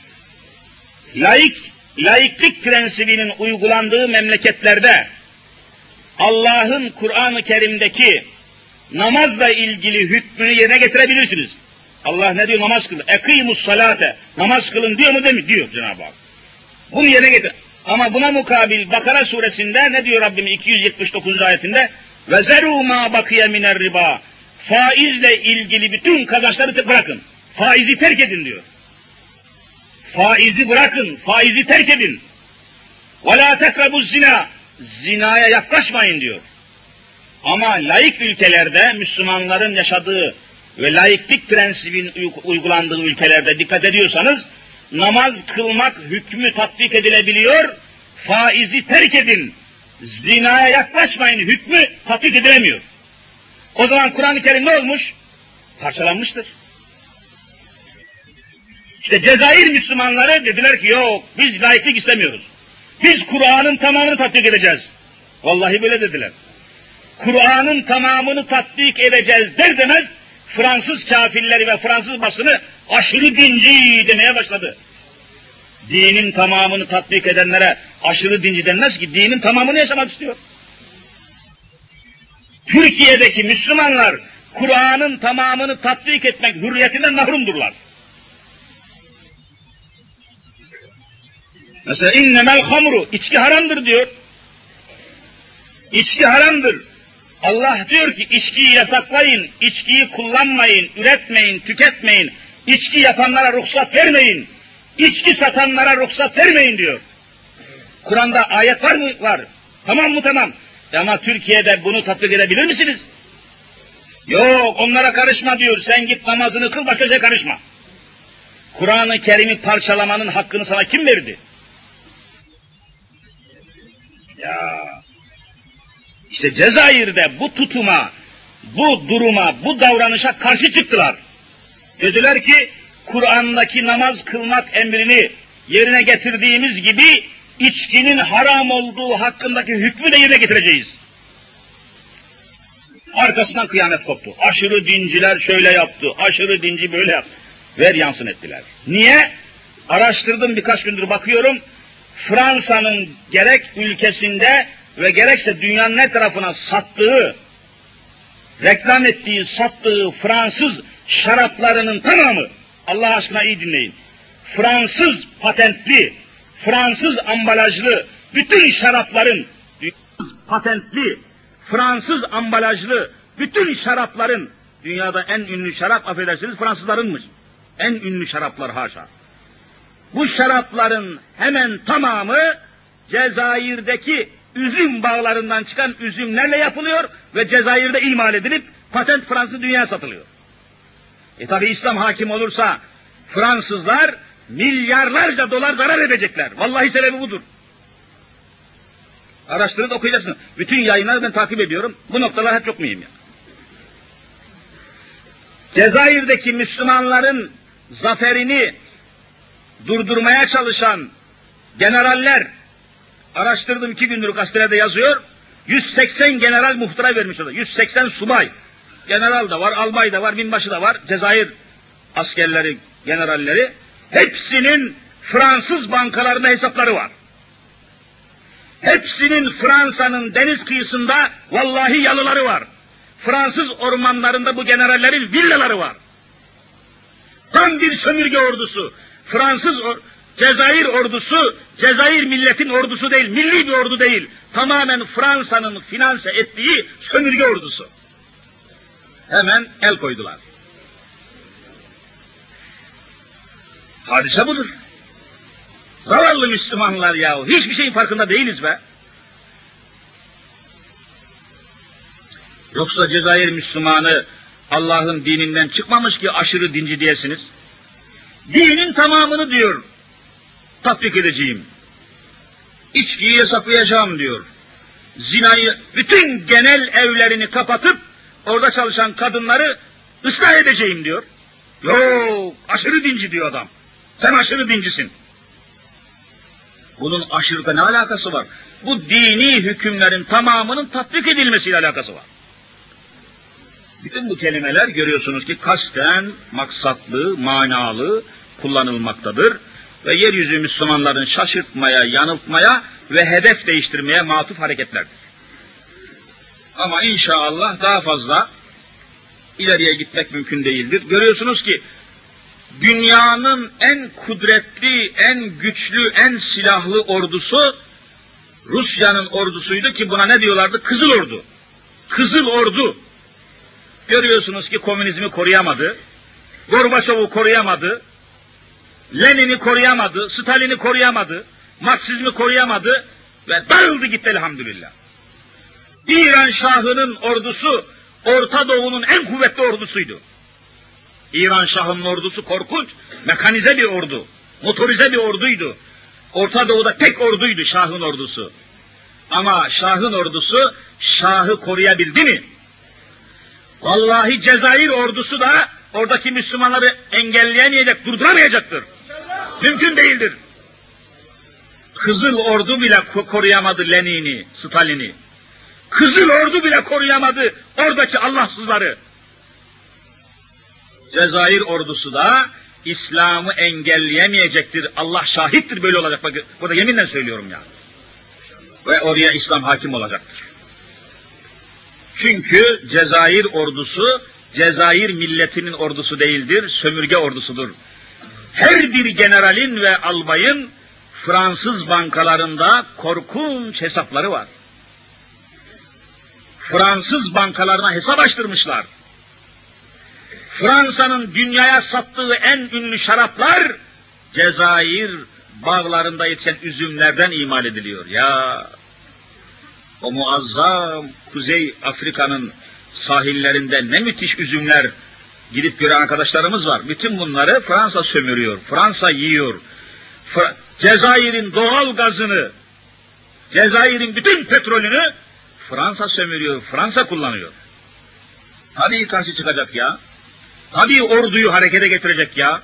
laiklik prensibinin uygulandığı memleketlerde Allah'ın Kur'an-ı Kerim'deki namazla ilgili hükmünü yerine getirebilirsiniz. Allah ne diyor? Namaz kılın. Ekîmus salate. Namaz kılın diyor mu, değil mi? Diyor Cenab-ı Hak. Bunu yerine getir. Ama buna mukabil Bakara suresinde ne diyor Rabbim 279. ayetinde? Ve zerû mâ bakıye miner riba. Faizle ilgili bütün kazançları bırakın. Faizi terk edin diyor. Faizi bırakın, faizi terk edin. Ve lâ tekrabuz zina. Zinaya yaklaşmayın diyor. Ama laik ülkelerde, Müslümanların yaşadığı ve laiklik prensibinin uygulandığı ülkelerde dikkat ediyorsanız, namaz kılmak hükmü tatbik edilebiliyor, faizi terk edin, zinaya yaklaşmayın hükmü tatbik edilemiyor. O zaman Kur'an-ı Kerim ne olmuş? Parçalanmıştır. İşte Cezayir Müslümanları dediler ki yok, biz laiklik istemiyoruz. Biz Kur'an'ın tamamını tatbik edeceğiz. Vallahi böyle dediler. Kur'an'ın tamamını tatbik edeceğiz der demez, Fransız kafirleri ve Fransız basını aşırı dinci demeye başladı. Dinin tamamını tatbik edenlere aşırı dinci denmez ki, dinin tamamını yaşamak istiyor. Türkiye'deki Müslümanlar Kur'an'ın tamamını tatbik etmek hürriyetinden mahrumdurlar. Mesela innemel hamru, içki haramdır diyor. İçki haramdır. Allah diyor ki içkiyi yasaklayın, içkiyi kullanmayın, üretmeyin, tüketmeyin, içki yapanlara ruhsat vermeyin, içki satanlara ruhsat vermeyin diyor. Kur'an'da ayet var mı? Var. Tamam mı? Tamam. Ama Türkiye'de bunu tatbik edebilir misiniz? Yok, onlara karışma diyor, sen git namazını kıl, başka şeye karışma. Kur'an-ı Kerim'i parçalamanın hakkını sana kim verdi? Ya... İşte Cezayir'de bu tutuma, bu duruma, bu davranışa karşı çıktılar. Dediler ki, Kur'an'daki namaz kılmak emrini yerine getirdiğimiz gibi, içkinin haram olduğu hakkındaki hükmü de yerine getireceğiz. Arkasından kıyamet koptu. Aşırı dinciler şöyle yaptı, aşırı dinci böyle yaptı. Ver yansın ettiler. Niye? Araştırdım, birkaç gündür bakıyorum. Fransa'nın gerek ülkesinde ve gerekse dünyanın her tarafına sattığı, reklam ettiği, sattığı Fransız şaraplarının tamamı, Allah aşkına iyi dinleyin, Fransız patentli, Fransız ambalajlı bütün şarapların, patentli, Fransız ambalajlı bütün şarapların, dünyada en ünlü şarap, affedersiniz, Fransızlarınmış. En ünlü şaraplar haşa. Bu şarapların hemen tamamı Cezayir'deki üzüm bağlarından çıkan üzümlerle yapılıyor ve Cezayir'de imal edilip patent Fransız dünyaya satılıyor. Tabi İslam hakim olursa Fransızlar milyarlarca dolar zarar edecekler. Vallahi sebebi budur. Araştırıp okuyacaksın. Bütün yayınları ben takip ediyorum. Bu noktalar hep çok mühim ya. Cezayir'deki Müslümanların zaferini durdurmaya çalışan generaller, araştırdım 2 gündür gazetelerde yazıyor, 180 general muhtıra vermiş orada. 180 subay. General da var, albay da var, binbaşı da var. Cezayir askerleri, generalleri. Hepsinin Fransız bankalarında hesapları var. Hepsinin Fransa'nın deniz kıyısında vallahi yalıları var. Fransız ormanlarında bu generallerin villaları var. Tam bir sömürge ordusu. Cezayir ordusu, Cezayir milletin ordusu değil, milli bir ordu değil. Tamamen Fransa'nın finanse ettiği sömürge ordusu. Hemen el koydular. Hadise budur. Zavallı Müslümanlar yahu, hiçbir şeyin farkında değiliz be. Yoksa Cezayir Müslümanı Allah'ın dininden çıkmamış ki aşırı dinci diyesiniz. Dinin tamamını diyor, tatbik edeceğim. İçkiyi yasaklayacağım diyor. Zinayı, bütün genel evlerini kapatıp orada çalışan kadınları ıslah edeceğim diyor. Yok, aşırı dinci diyor adam. Sen aşırı dincisin. Bunun aşırılıkla ne alakası var? Bu dini hükümlerin tamamının tatbik edilmesiyle alakası var. Bütün bu kelimeler görüyorsunuz ki kasten, maksatlı, manalı kullanılmaktadır. Ve yeryüzü Müslümanların şaşırtmaya, yanıltmaya ve hedef değiştirmeye matuf hareketlerdir. Ama inşallah daha fazla ileriye gitmek mümkün değildir. Görüyorsunuz ki dünyanın en kudretli, en güçlü, en silahlı ordusu Rusya'nın ordusuydu ki buna ne diyorlardı? Kızıl Ordu. Kızıl Ordu. Görüyorsunuz ki komünizmi koruyamadı, Gorbaçov'u koruyamadı, Lenin'i koruyamadı, Stalin'i koruyamadı, Marksizmi koruyamadı ve dağıldı gitti elhamdülillah. İran Şahı'nın ordusu Orta Doğu'nun en kuvvetli ordusuydu. İran Şahı'nın ordusu korkunç, mekanize bir ordu, motorize bir orduydu. Orta Doğu'da tek orduydu Şah'ın ordusu. Ama Şah'ın ordusu Şah'ı koruyabildi mi? Vallahi Cezayir ordusu da oradaki Müslümanları engelleyemeyecek, durduramayacaktır. Mümkün değildir. Kızıl Ordu bile koruyamadı Lenin'i, Stalin'i. Kızıl Ordu bile koruyamadı oradaki Allahsızları. Cezayir ordusu da İslam'ı engelleyemeyecektir. Allah şahittir, böyle olacak. Bak, burada yeminle söylüyorum ya. Ve oraya İslam hakim olacaktır. Çünkü Cezayir ordusu, Cezayir milletinin ordusu değildir, sömürge ordusudur. Her bir generalin ve albayın Fransız bankalarında korkunç hesapları var. Fransız bankalarına hesap açtırmışlar. Fransa'nın dünyaya sattığı en ünlü şaraplar Cezayir bağlarında yetişen üzümlerden imal ediliyor. Ya o muazzam Kuzey Afrika'nın sahillerinde ne müthiş üzümler gidip gören arkadaşlarımız var. Bütün bunları Fransa sömürüyor, Fransa yiyor. Cezayir'in doğal gazını, Cezayir'in bütün petrolünü Fransa sömürüyor, Fransa kullanıyor. Tabii karşı çıkacak ya. Tabii orduyu harekete getirecek ya.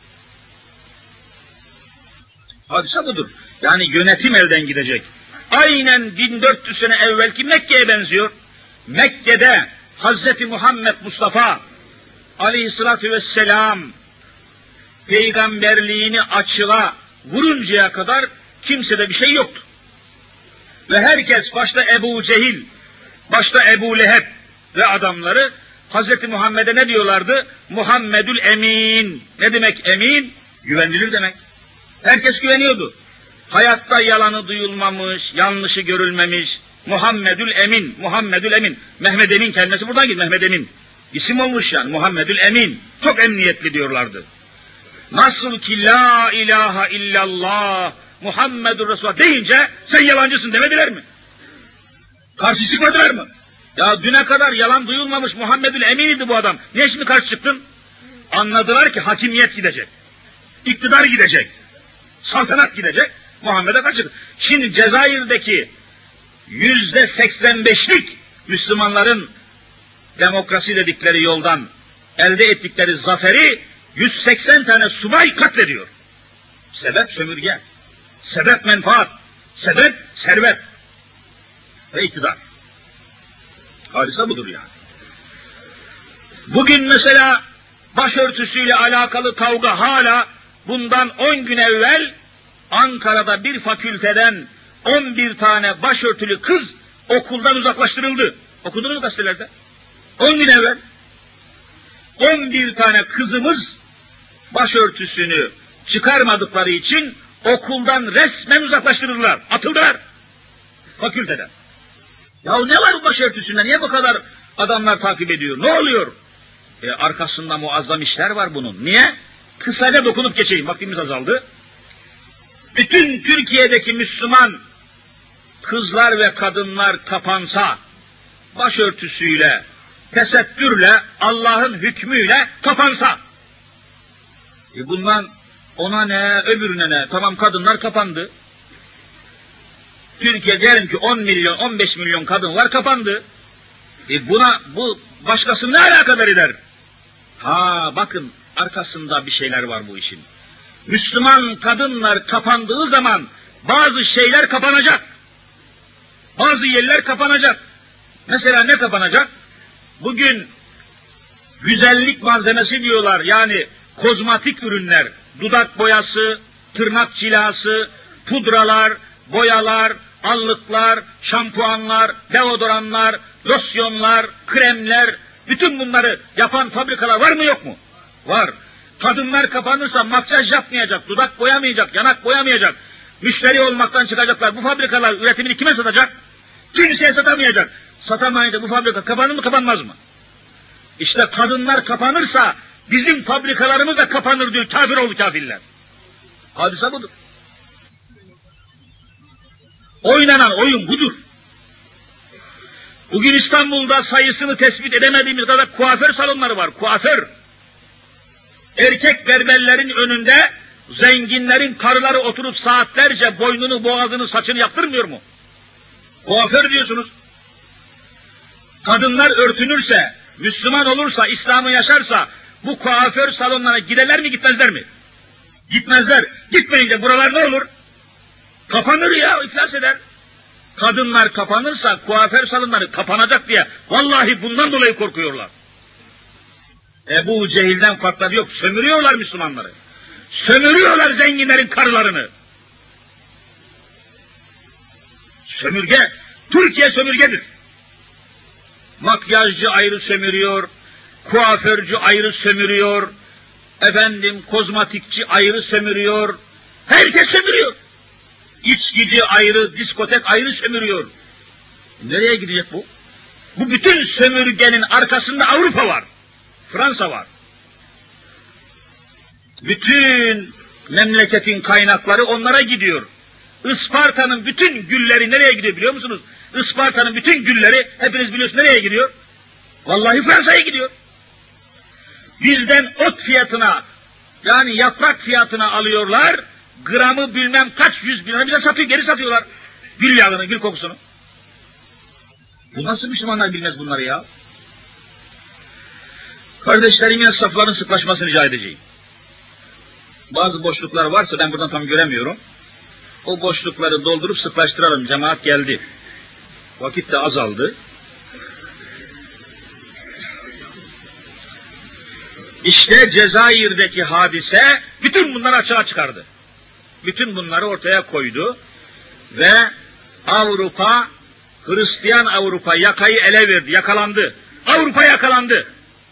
Hadise budur. Yani yönetim elden gidecek. Aynen 1400 sene evvelki Mekke'ye benziyor. Mekke'de Hazreti Muhammed Mustafa aleyhissalatü vesselam peygamberliğini açığa vuruncaya kadar kimsede bir şey yoktu. Ve herkes, başta Ebu Cehil, başta Ebu Leheb ve adamları Hazreti Muhammed'e ne diyorlardı? Muhammedül Emin. Ne demek emin? Güvenilir demek. Herkes güveniyordu. Hayatta yalanı duyulmamış, yanlışı görülmemiş. Muhammedül Emin, Muhammedül Emin. Mehmed Emin kelimesi buradan gidiyor, Mehmed Emin. İsim olmuş yani, Muhammedül Emin. Çok emniyetli diyorlardı. Nasıl ki la ilahe illallah Muhammedur Resulullah deyince sen yalancısın demediler mi? Karşı çıkmadılar mı? Ya düne kadar yalan duyulmamış Muhammedül Emin idi bu adam. Niye şimdi karşı çıktın? Anladılar ki hakimiyet gidecek, iktidar gidecek, saltanat gidecek, Muhammed'e kaçırdı. Şimdi Cezayir'deki %85'lik Müslümanların demokrasi dedikleri yoldan elde ettikleri zaferi 180 tane subay katlediyor. Sebep sömürge, sebep menfaat, sebep servet ve iktidar. Hadise budur yani. Bugün mesela başörtüsüyle alakalı kavga hala bundan 10 gün evvel Ankara'da bir fakülteden 11 tane başörtülü kız okuldan uzaklaştırıldı. Okudunuz mu gazetelerde? 10 gün evvel 11 tane kızımız başörtüsünü çıkarmadıkları için okuldan resmen uzaklaştırıldılar. Atıldılar. Fakülteden. Ya ne var bu başörtüsünde? Niye bu kadar adamlar takip ediyor? Ne oluyor? Arkasında muazzam işler var bunun. Niye? Kısaca dokunup geçeyim. Vaktimiz azaldı. Bütün Türkiye'deki Müslüman kızlar ve kadınlar kapansa, başörtüsüyle, tesettürle, Allah'ın hükmüyle kapansa, bundan ona ne, öbürüne ne? Tamam, kadınlar kapandı. Türkiye diyelim ki 10 milyon, 15 milyon kadın var, kapandı. Bu başkasını ne alakadar eder? Bakın, arkasında bir şeyler var bu işin. Müslüman kadınlar kapandığı zaman bazı şeyler kapanacak. Bazı yerler kapanacak. Mesela ne kapanacak? Bugün güzellik malzemesi diyorlar, yani kozmetik ürünler, dudak boyası, tırnak cilası, pudralar, boyalar, allıklar, şampuanlar, deodoranlar, losyonlar, kremler, bütün bunları yapan fabrikalar var mı yok mu? Var. Kadınlar kapanırsa makyaj yapmayacak, dudak boyamayacak, yanak boyamayacak, müşteri olmaktan çıkacaklar. Bu fabrikalar üretimini kime satacak? Kimseye satamayacak. Satamayınca bu fabrika kapanır mı, kapanmaz mı? İşte kadınlar kapanırsa bizim fabrikalarımız da kapanır diyor kafiroğlu kafirler. Hadise budur. Oynanan oyun budur. Bugün İstanbul'da sayısını tespit edemediğimiz kadar kuaför salonları var. Kuaför. Erkek berberlerin önünde zenginlerin karıları oturup saatlerce boynunu, boğazını, saçını yaptırmıyor mu? Kuaför diyorsunuz. Kadınlar örtünürse, Müslüman olursa, İslam'ı yaşarsa bu kuaför salonlarına giderler mi, gitmezler mi? Gitmezler. Gitmeyince buralar ne olur? Kapanır ya, iflas eder. Kadınlar kapanırsa kuaför salonları kapanacak diye vallahi bundan dolayı korkuyorlar. Ebu Cehil'den farkları yok. Sömürüyorlar Müslümanları. Sömürüyorlar zenginlerin karılarını. Sömürge, Türkiye sömürgedir. Makyajcı ayrı sömürüyor, kuaförcü ayrı sömürüyor, kozmetikçi ayrı sömürüyor, herkes sömürüyor. İçkici ayrı, diskotek ayrı sömürüyor. Nereye gidecek bu? Bu bütün sömürgenin arkasında Avrupa var, Fransa var. Bütün memleketin kaynakları onlara gidiyor. Isparta'nın bütün gülleri nereye gidiyor biliyor musunuz? Isparta'nın bütün gülleri hepiniz biliyorsunuz nereye gidiyor? Vallahi Fransa'ya gidiyor. Bizden ot fiyatına, yani yaprak fiyatına alıyorlar, gramı bilmem kaç 100 bin lira bize satıyor, geri satıyorlar. Gül yağını, gül kokusunu. Bu nasıl Müslümanlar bilmez bunları ya? Kardeşlerimin safların sıklaşmasını rica edeceğim. Bazı boşluklar varsa ben buradan tam göremiyorum. O boşlukları doldurup sıklaştıralım. Cemaat geldi. Vakit de azaldı. İşte Cezayir'deki hadise bütün bunları açığa çıkardı. Bütün bunları ortaya koydu ve Avrupa, Hristiyan Avrupa yakayı ele verdi, yakalandı. Avrupa yakalandı.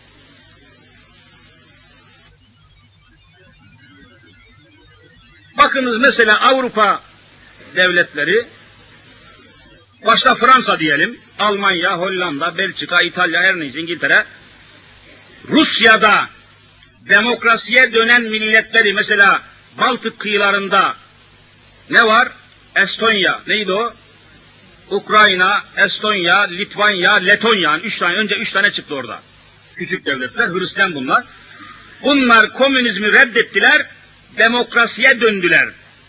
Bakınız mesela Avrupa devletleri, başta Fransa diyelim, Almanya, Hollanda, Belçika, İtalya, her neyse İngiltere, Rusya'da demokrasiye dönen milletleri, mesela Baltık kıyılarında ne var? Estonya, neydi o? Ukrayna, Estonya, Litvanya, Letonya, 3 tane, önce 3 tane çıktı orada. Küçük devletler, Hristiyan bunlar. Bunlar komünizmi reddettiler, demokrasiye döndüler.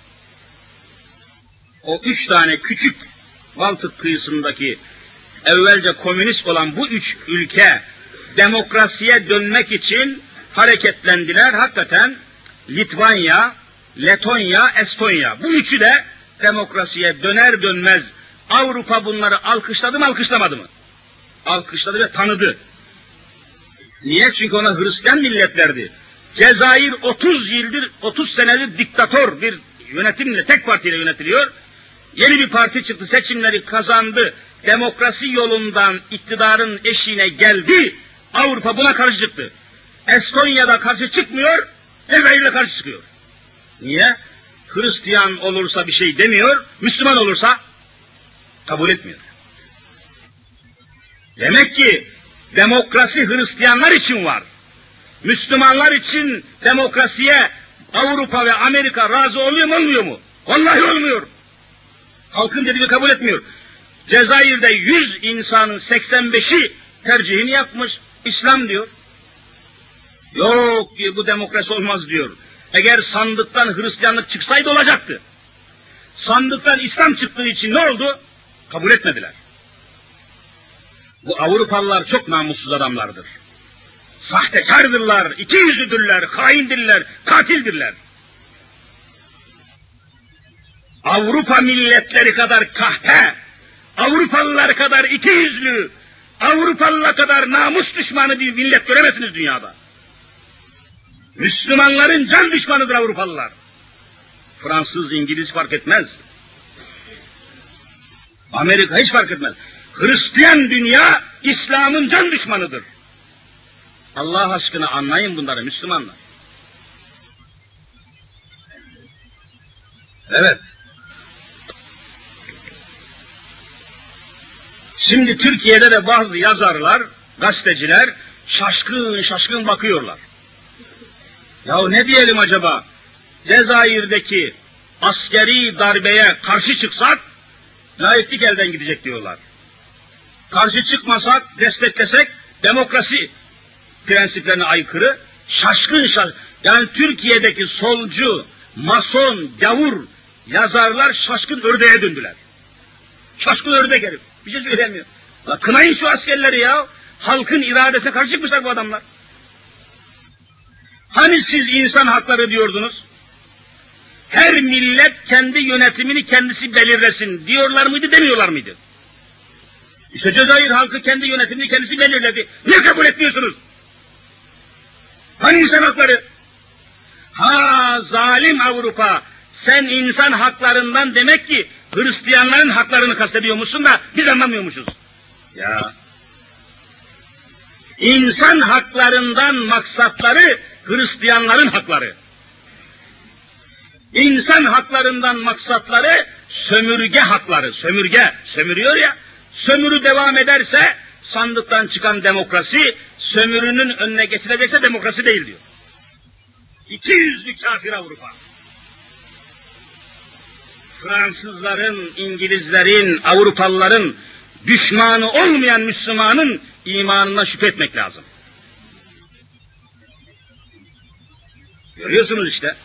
O 3 tane küçük Baltık kıyısındaki evvelce komünist olan bu 3 ülke demokrasiye dönmek için hareketlendiler. Hakikaten Litvanya, Letonya, Estonya, bu üçü de demokrasiye döner dönmez Avrupa bunları alkışladı mı, alkışlamadı mı? Alkışladı ve tanıdı. Niye? Çünkü ona Hristiyan milletlerdi. Cezayir 30 senedir diktatör bir yönetimle, tek partiyle yönetiliyor. Yeni bir parti çıktı, seçimleri kazandı. Demokrasi yolundan iktidarın eşiğine geldi. Avrupa buna karşı çıktı. Estonya'da karşı çıkmıyor, Cezayir'le karşı çıkıyor. Niye? Hristiyan olursa bir şey demiyor, Müslüman olursa kabul etmiyor. Demek ki demokrasi Hristiyanlar için var. Müslümanlar için demokrasiye Avrupa ve Amerika razı oluyor mu, olmuyor mu? Vallahi olmuyor. Halkın dediğini kabul etmiyor. Cezayir'de 100 insanın 85'i tercihini yapmış, İslam diyor. Yok diyor, bu demokrasi olmaz diyor. Eğer sandıktan Hristiyanlık çıksaydı olacaktı. Sandıktan İslam çıktığı için ne oldu? Kabul etmediler. Bu Avrupalılar çok namussuz adamlardır. Sahtekardırlar, ikiyüzlüdürler, haindirler, katildirler. Avrupa milletleri kadar kahpe, Avrupalılar kadar ikiyüzlü, Avrupalılar kadar namus düşmanı bir millet göremezsiniz dünyada. Müslümanların can düşmanıdır Avrupalılar. Fransız, İngiliz fark etmez. Amerika hiç fark etmez. Hristiyan dünya İslam'ın can düşmanıdır. Allah aşkına anlayın bunları Müslümanlar. Evet. Şimdi Türkiye'de de bazı yazarlar, gazeteciler şaşkın bakıyorlar. Ya ne diyelim acaba? Cezayir'deki askeri darbeye karşı çıksak laiklik elden gidecek diyorlar. Karşı çıkmasak, desteklesek demokrasi prensiplerine aykırı, şaşkın. Yani Türkiye'deki solcu, mason, gavur yazarlar şaşkın ördeğe döndüler. Şaşkın ördek herif. Bir şey söylemiyor. La kınayın şu askerleri ya. Halkın iradesine karşı çıkmışlar bu adamlar. Hani siz insan hakları diyordunuz? Her millet kendi yönetimini kendisi belirlesin diyorlar mıydı, demiyorlar mıydı? İşte Cezayir halkı kendi yönetimini kendisi belirledi. Niye kabul etmiyorsunuz? Hani insan hakları? Ha zalim Avrupa, sen insan haklarından demek ki Hristiyanların haklarını kastediyormuşsun da biz anlamıyormuşuz. Ya. İnsan haklarından maksatları Hristiyanların hakları. İnsan haklarından maksatları sömürge hakları. Sömürüyor ya. Sömürü devam ederse sandıktan çıkan demokrasi, sömürünün önüne geçilecekse demokrasi değil diyor. 200'lü kafir Avrupa. Fransızların, İngilizlerin, Avrupalıların düşmanı olmayan Müslümanın imanına şüphe etmek lazım. Görüyorsunuz işte.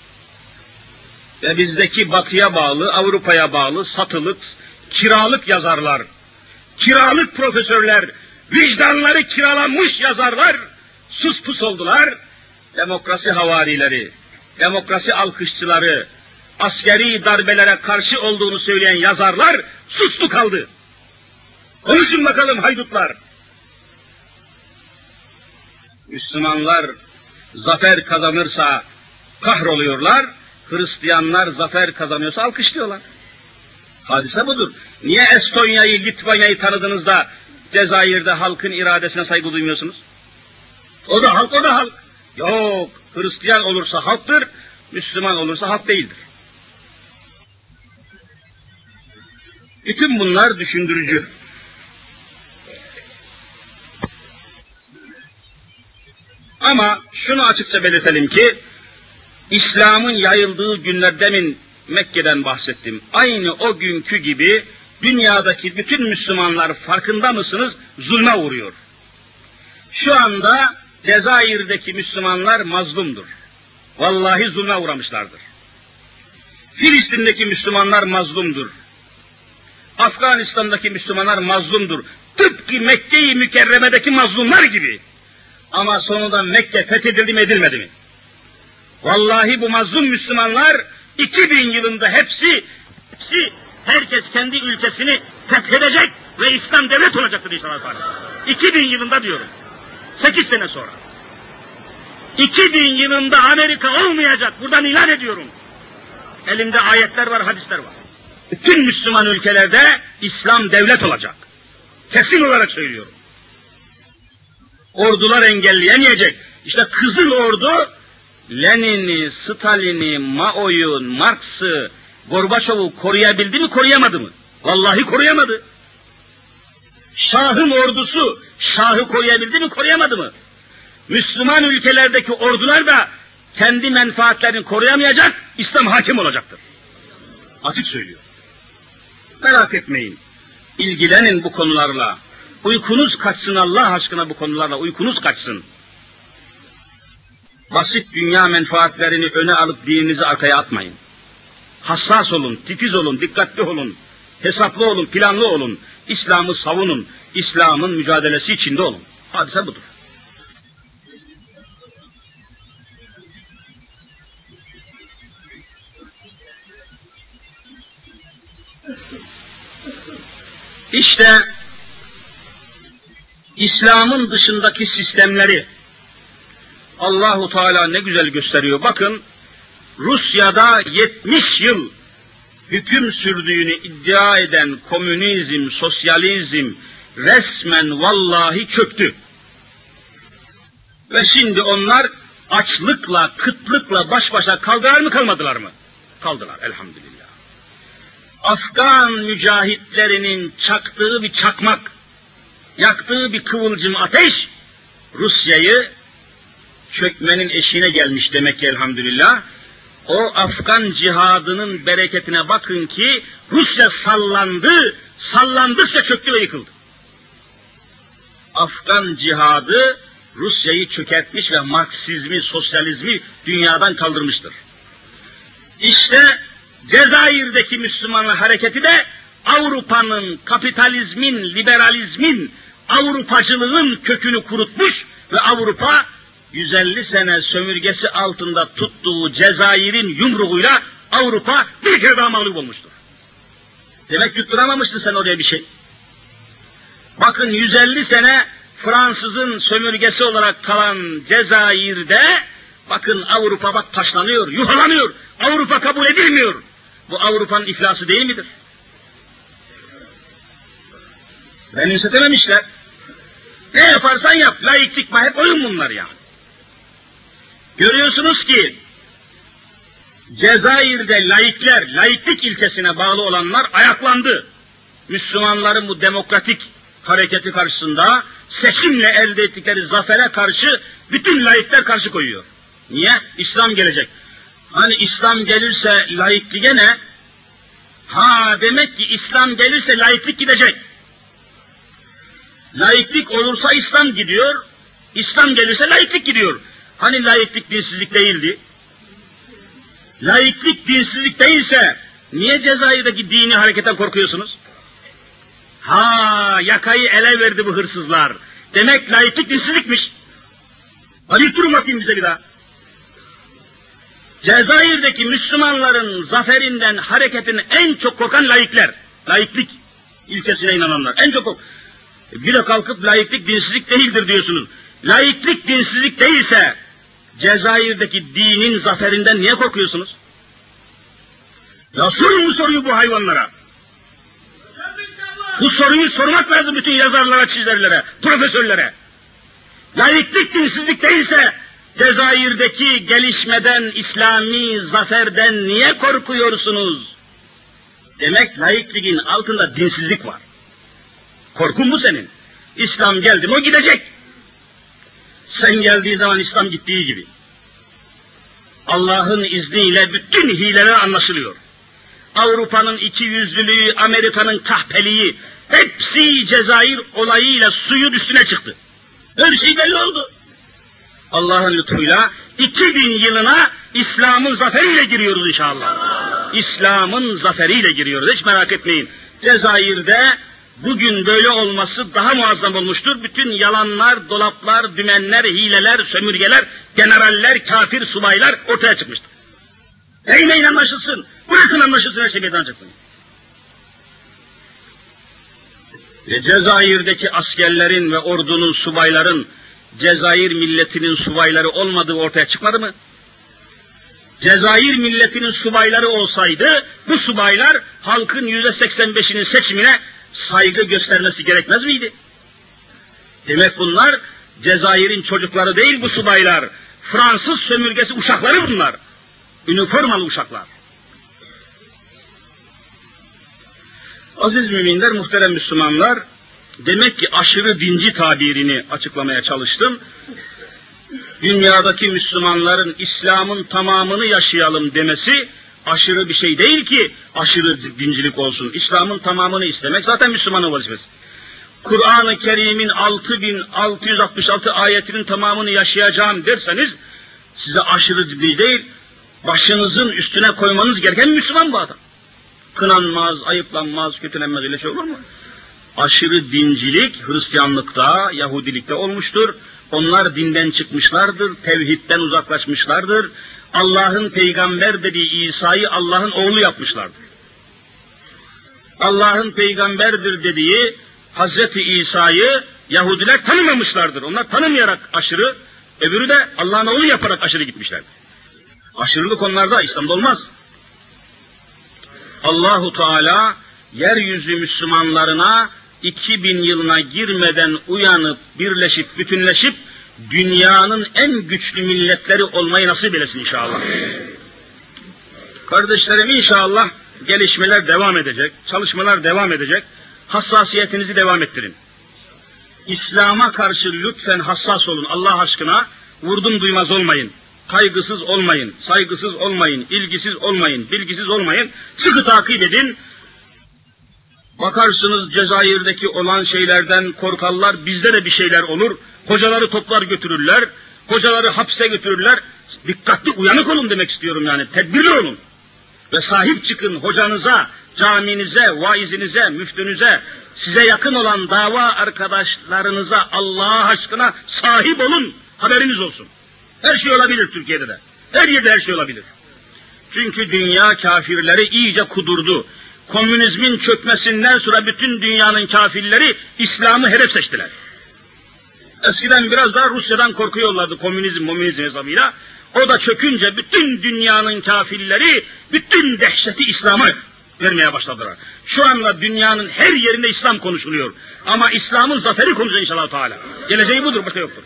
Ve bizdeki Batı'ya bağlı, Avrupa'ya bağlı satılık, kiralık yazarlar, kiralık profesörler, vicdanları kiralanmış yazarlar, sus pus oldular. Demokrasi havarileri, demokrasi alkışçıları, askeri darbelere karşı olduğunu söyleyen yazarlar sustu kaldı. Konuşun bakalım haydutlar. Müslümanlar zafer kazanırsa kahroluyorlar, Hristiyanlar zafer kazanıyorsa alkışlıyorlar. Hadise budur. Niye Estonya'yı, Litvanya'yı tanıdınız da Cezayir'de halkın iradesine saygı duymuyorsunuz? O da halk, o da halk. Yok, Hristiyan olursa halktır, Müslüman olursa halk değildir. Bütün bunlar düşündürücü. Ama şunu açıkça belirtelim ki, İslam'ın yayıldığı günler, demin Mekke'den bahsettim. Aynı o günkü gibi dünyadaki bütün Müslümanlar farkında mısınız? Zulme uğruyor. Şu anda Cezayir'deki Müslümanlar mazlumdur. Vallahi zulme uğramışlardır. Filistin'deki Müslümanlar mazlumdur. Afganistan'daki Müslümanlar mazlumdur. Tıpkı Mekke-i Mükerreme'deki mazlumlar gibi. Ama sonunda Mekke fethedildi mi edilmedi mi? Vallahi bu mazlum Müslümanlar 2000 yılında hepsi herkes kendi ülkesini fethedecek ve İslam devlet olacaktır inşallah. 2000 yılında diyorum. 8 sene sonra. 2000 yılında Amerika olmayacak. Buradan ilan ediyorum. Elimde ayetler var, hadisler var. Bütün Müslüman ülkelerde İslam devlet olacak. Kesin olarak söylüyorum. Ordular engelleyemeyecek. İşte Kızıl Ordu, Lenin'i, Stalin'i, Mao'yu, Marx'ı, Gorbaçov'u koruyabildi mi, koruyamadı mı? Vallahi koruyamadı. Şah'ın ordusu, Şah'ı koruyabildi mi, koruyamadı mı? Müslüman ülkelerdeki ordular da kendi menfaatlerini koruyamayacak, İslam hakim olacaktır. Açık söylüyor. Merak etmeyin. İlgilenin bu konularla. Uykunuz kaçsın Allah aşkına bu konularla, uykunuz kaçsın. Basit dünya menfaatlerini öne alıp dininizi arkaya atmayın. Hassas olun, titiz olun, dikkatli olun, hesaplı olun, planlı olun. İslam'ı savunun, İslam'ın mücadelesi içinde olun. Hadise budur. İşte İslam'ın dışındaki sistemleri Allahu Teala ne güzel gösteriyor. Bakın Rusya'da 70 yıl hüküm sürdüğünü iddia eden komünizm, sosyalizm resmen vallahi çöktü. Ve şimdi onlar açlıkla, kıtlıkla baş başa kaldılar mı, kalmadılar mı? Kaldılar elhamdülillah. Afgan mücahitlerinin çaktığı bir çakmak, yaktığı bir kıvılcım ateş, Rusya'yı çökmenin eşiğine gelmiş demek ki elhamdülillah. O Afgan cihadının bereketine bakın ki Rusya sallandı, sallandıkça çöktü ve yıkıldı. Afgan cihadı Rusya'yı çökertmiş ve Marksizmi, sosyalizmi dünyadan kaldırmıştır. İşte Cezayir'deki Müslümanlar hareketi de Avrupa'nın, kapitalizmin, liberalizmin, Avrupacılığın kökünü kurutmuş ve Avrupa 150 sene sömürgesi altında tuttuğu Cezayir'in yumruğuyla Avrupa bir kere daha mağlup olmuştur. Demek yutturamamışsın sen oraya bir şey. Bakın 150 sene Fransız'ın sömürgesi olarak kalan Cezayir'de bakın Avrupa bak taşlanıyor, yuhalanıyor. Avrupa kabul edilmiyor. Bu Avrupa'nın iflası değil midir? Benimsetememişler. Ne yaparsan yap, laiklik hep oyun bunlar ya. Görüyorsunuz ki Cezayir'de laikler, laiklik ilkesine bağlı olanlar ayaklandı. Müslümanların bu demokratik hareketi karşısında seçimle elde ettikleri zafere karşı bütün laikler karşı koyuyor. Niye? İslam gelecek. Hani İslam gelirse laikliğe ne? Ha demek ki İslam gelirse laiklik gidecek. Laiklik olursa İslam gidiyor, İslam gelirse laiklik gidiyor. Hani laiklik dinsizlik değildi? Laiklik dinsizlik değilse niye Cezayir'deki dini hareketten korkuyorsunuz? Ha yakayı ele verdi bu hırsızlar. Demek laiklik dinsizlikmiş. Hadi durun bakayım bize bir daha. Cezayir'deki Müslümanların zaferinden, hareketin en çok korkan laikler. Laiklik ilkesine inananlar. En çok bir de kalkıp laiklik dinsizlik değildir diyorsunuz. Laiklik dinsizlik değilse Cezayir'deki dinin zaferinden niye korkuyorsunuz? Ya sorun bu soruyu bu hayvanlara. Bu soruyu sormak lazım bütün yazarlara, çizerlere, profesörlere. Laiklik dinsizlik değilse Cezayir'deki gelişmeden, İslami zaferden niye korkuyorsunuz? Demek laikliğin altında dinsizlik var. Korkun bu senin. İslam geldi mi o gidecek. Sen geldiği zaman İslam gittiği gibi. Allah'ın izniyle bütün hileler anlaşılıyor. Avrupa'nın ikiyüzlülüğü, Amerika'nın kahpeliği, hepsi Cezayir olayıyla suyun üstüne çıktı. Her şey belli oldu. Allah'ın lütfuyla 2000 yılına İslam'ın zaferiyle giriyoruz inşallah. İslam'ın zaferiyle giriyoruz, hiç merak etmeyin. Cezayir'de bugün böyle olması daha muazzam olmuştur. Bütün yalanlar, dolaplar, dümenler, hileler, sömürgeler, generaller, kafir subaylar ortaya çıkmıştır. Neyine anlaşılsın? Bırakın anlaşılsın, her şey meydana çıksın. Cezayir'deki askerlerin ve ordunun, subayların, Cezayir milletinin subayları olmadığı ortaya çıkmadı mı? Cezayir milletinin subayları olsaydı, bu subaylar halkın %85'inin seçimine saygı göstermesi gerekmez miydi? Demek bunlar Cezayir'in çocukları değil bu subaylar. Fransız sömürgesi uşakları bunlar. Üniformalı uşaklar. Aziz müminler, muhterem Müslümanlar, demek ki aşırı dinci tabirini açıklamaya çalıştım. Dünyadaki Müslümanların İslam'ın tamamını yaşayalım demesi aşırı bir şey değil ki aşırı dincilik olsun. İslam'ın tamamını istemek zaten Müslümanın vazifesi. Kur'an-ı Kerim'in 6666 ayetinin tamamını yaşayacağım derseniz size aşırı dinci değil, başınızın üstüne koymanız gereken Müslüman bu adam. Kınanmaz, ayıplanmaz, kötülenmez, öyle şey olur mu? Aşırı dincilik Hristiyanlıkta, Yahudilikte olmuştur. Onlar dinden çıkmışlardır, tevhidden uzaklaşmışlardır. Allah'ın peygamber dediği İsa'yı Allah'ın oğlu yapmışlardır. Allah'ın peygamberdir dediği Hazreti İsa'yı Yahudiler tanımamışlardır. Onlar tanımayarak aşırı, öbürü de Allah'ın oğlu yaparak aşırı gitmişlerdir. Aşırılık onlarda, İslam'da olmaz. Allahu Teala yeryüzü Müslümanlarına 2000 yılına girmeden uyanıp, birleşip, bütünleşip dünyanın en güçlü milletleri olmayı nasip eylesin inşallah. Kardeşlerim, inşallah gelişmeler devam edecek, çalışmalar devam edecek. Hassasiyetinizi devam ettirin. İslam'a karşı lütfen hassas olun. Allah aşkına vurdum duymaz olmayın. Kaygısız olmayın, saygısız olmayın, ilgisiz olmayın, bilgisiz olmayın. Sıkı takip edin. Bakarsınız Cezayir'deki olan şeylerden korkarlar, bizde de bir şeyler olur. Hocaları toplar götürürler, hocaları hapse götürürler. Dikkatli, uyanık olun demek istiyorum yani, tedbirli olun. Ve sahip çıkın hocanıza, caminize, vaizinize, müftünüze, size yakın olan dava arkadaşlarınıza Allah aşkına sahip olun, haberiniz olsun. Her şey olabilir Türkiye'de de, her yerde her şey olabilir. Çünkü dünya kafirleri iyice kudurdu. Komünizmin çökmesinden sonra bütün dünyanın kafirleri İslam'ı hedef seçtiler. Eskiden biraz daha Rusya'dan korkuyorlardı komünizm hesabıyla. O da çökünce bütün dünyanın kafirleri bütün dehşeti İslam'a vermeye başladılar. Şu anda dünyanın her yerinde İslam konuşuluyor. Ama İslam'ın zaferi konuşuyor inşallah Teala. Geleceği budur, başka yoktur.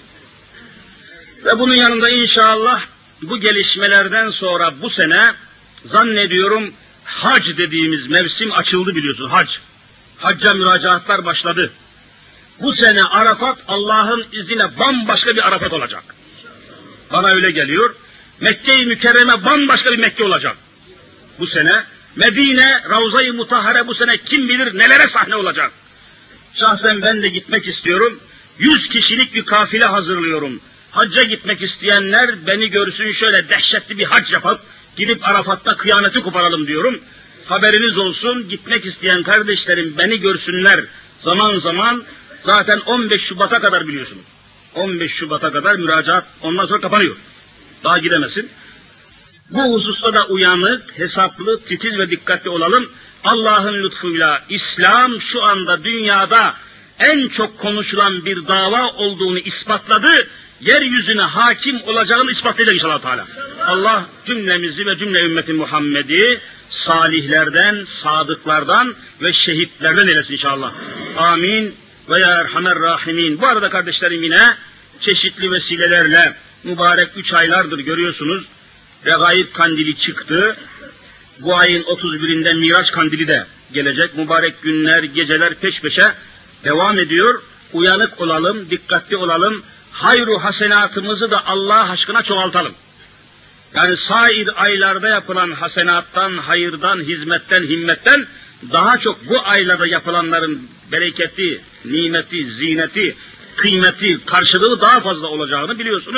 Ve bunun yanında inşallah bu gelişmelerden sonra bu sene zannediyorum hac dediğimiz mevsim açıldı, biliyorsunuz, hac. Hacca müracaatlar başladı. Bu sene Arafat Allah'ın izniyle bambaşka bir Arafat olacak. Bana öyle geliyor. Mekke-i Mükerreme bambaşka bir Mekke olacak. Bu sene Medine, Ravza-i Mutahhare bu sene kim bilir nelere sahne olacak. Şahsen ben de gitmek istiyorum. 100 kişilik bir kafile hazırlıyorum. Hacca gitmek isteyenler beni görsün, şöyle dehşetli bir hac yapıp gidip Arafat'ta kıyameti koparalım diyorum. Haberiniz olsun, gitmek isteyen kardeşlerim beni görsünler. Zaman zaman zaten 15 Şubat'a kadar biliyorsunuz. 15 Şubat'a kadar müracaat, ondan sonra kapanıyor. Daha gidemesin. Bu hususta da uyanık, hesaplı, titiz ve dikkatli olalım. Allah'ın lütfuyla İslam şu anda dünyada en çok konuşulan bir dava olduğunu ispatladı. Yeryüzüne hakim olacağını ispatlayacak inşallah Teala. Allah cümlemizi ve cümle ümmeti Muhammed'i salihlerden, sadıklardan ve şehitlerden eylesin inşallah. Amin ve ya Erhamer Rahimin. Bu arada kardeşlerim, yine çeşitli vesilelerle mübarek 3 aylardır görüyorsunuz. Regaib kandili çıktı. Bu ayın 31'inde Miraç kandili de gelecek. Mübarek günler, geceler peş peşe devam ediyor. Uyanık olalım, dikkatli olalım. Hayru hasenatımızı da Allah aşkına çoğaltalım. Yani sair aylarda yapılan hasenattan, hayırdan, hizmetten, himmetten daha çok bu aylarda yapılanların bereketi, nimeti, zineti, kıymeti, karşılığı daha fazla olacağını biliyorsunuz.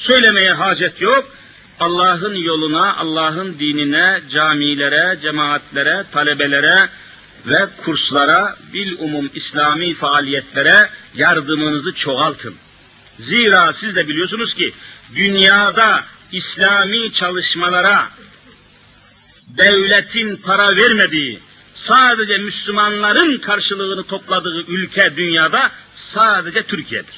Söylemeye hacet yok. Allah'ın yoluna, Allah'ın dinine, camilere, cemaatlere, talebelere ve kurslara, bilumum İslami faaliyetlere yardımınızı çoğaltın. Zira siz de biliyorsunuz ki dünyada İslami çalışmalara devletin para vermediği, sadece Müslümanların karşılığını topladığı ülke dünyada sadece Türkiye'dir.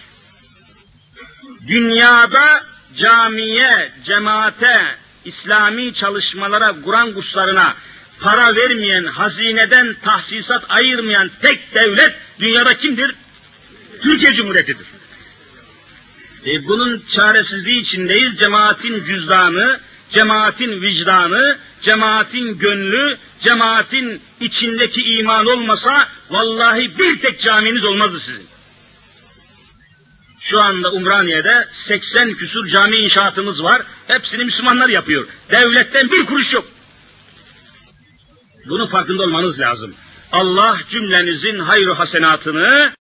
Dünyada camiye, cemaate, İslami çalışmalara, Kur'an kurslarına para vermeyen, hazineden tahsisat ayırmayan tek devlet dünyada kimdir? Türkiye Cumhuriyeti'dir. Bunun çaresizliği içindeyiz. Cemaatin cüzdanı, cemaatin vicdanı, cemaatin gönlü, cemaatin içindeki iman olmasa vallahi bir tek caminiz olmazdı sizin. Şu anda Umraniye'de 80 küsur cami inşaatımız var. Hepsini Müslümanlar yapıyor. Devletten bir kuruş yok. Bunun farkında olmanız lazım. Allah cümlenizin hayır hasenatını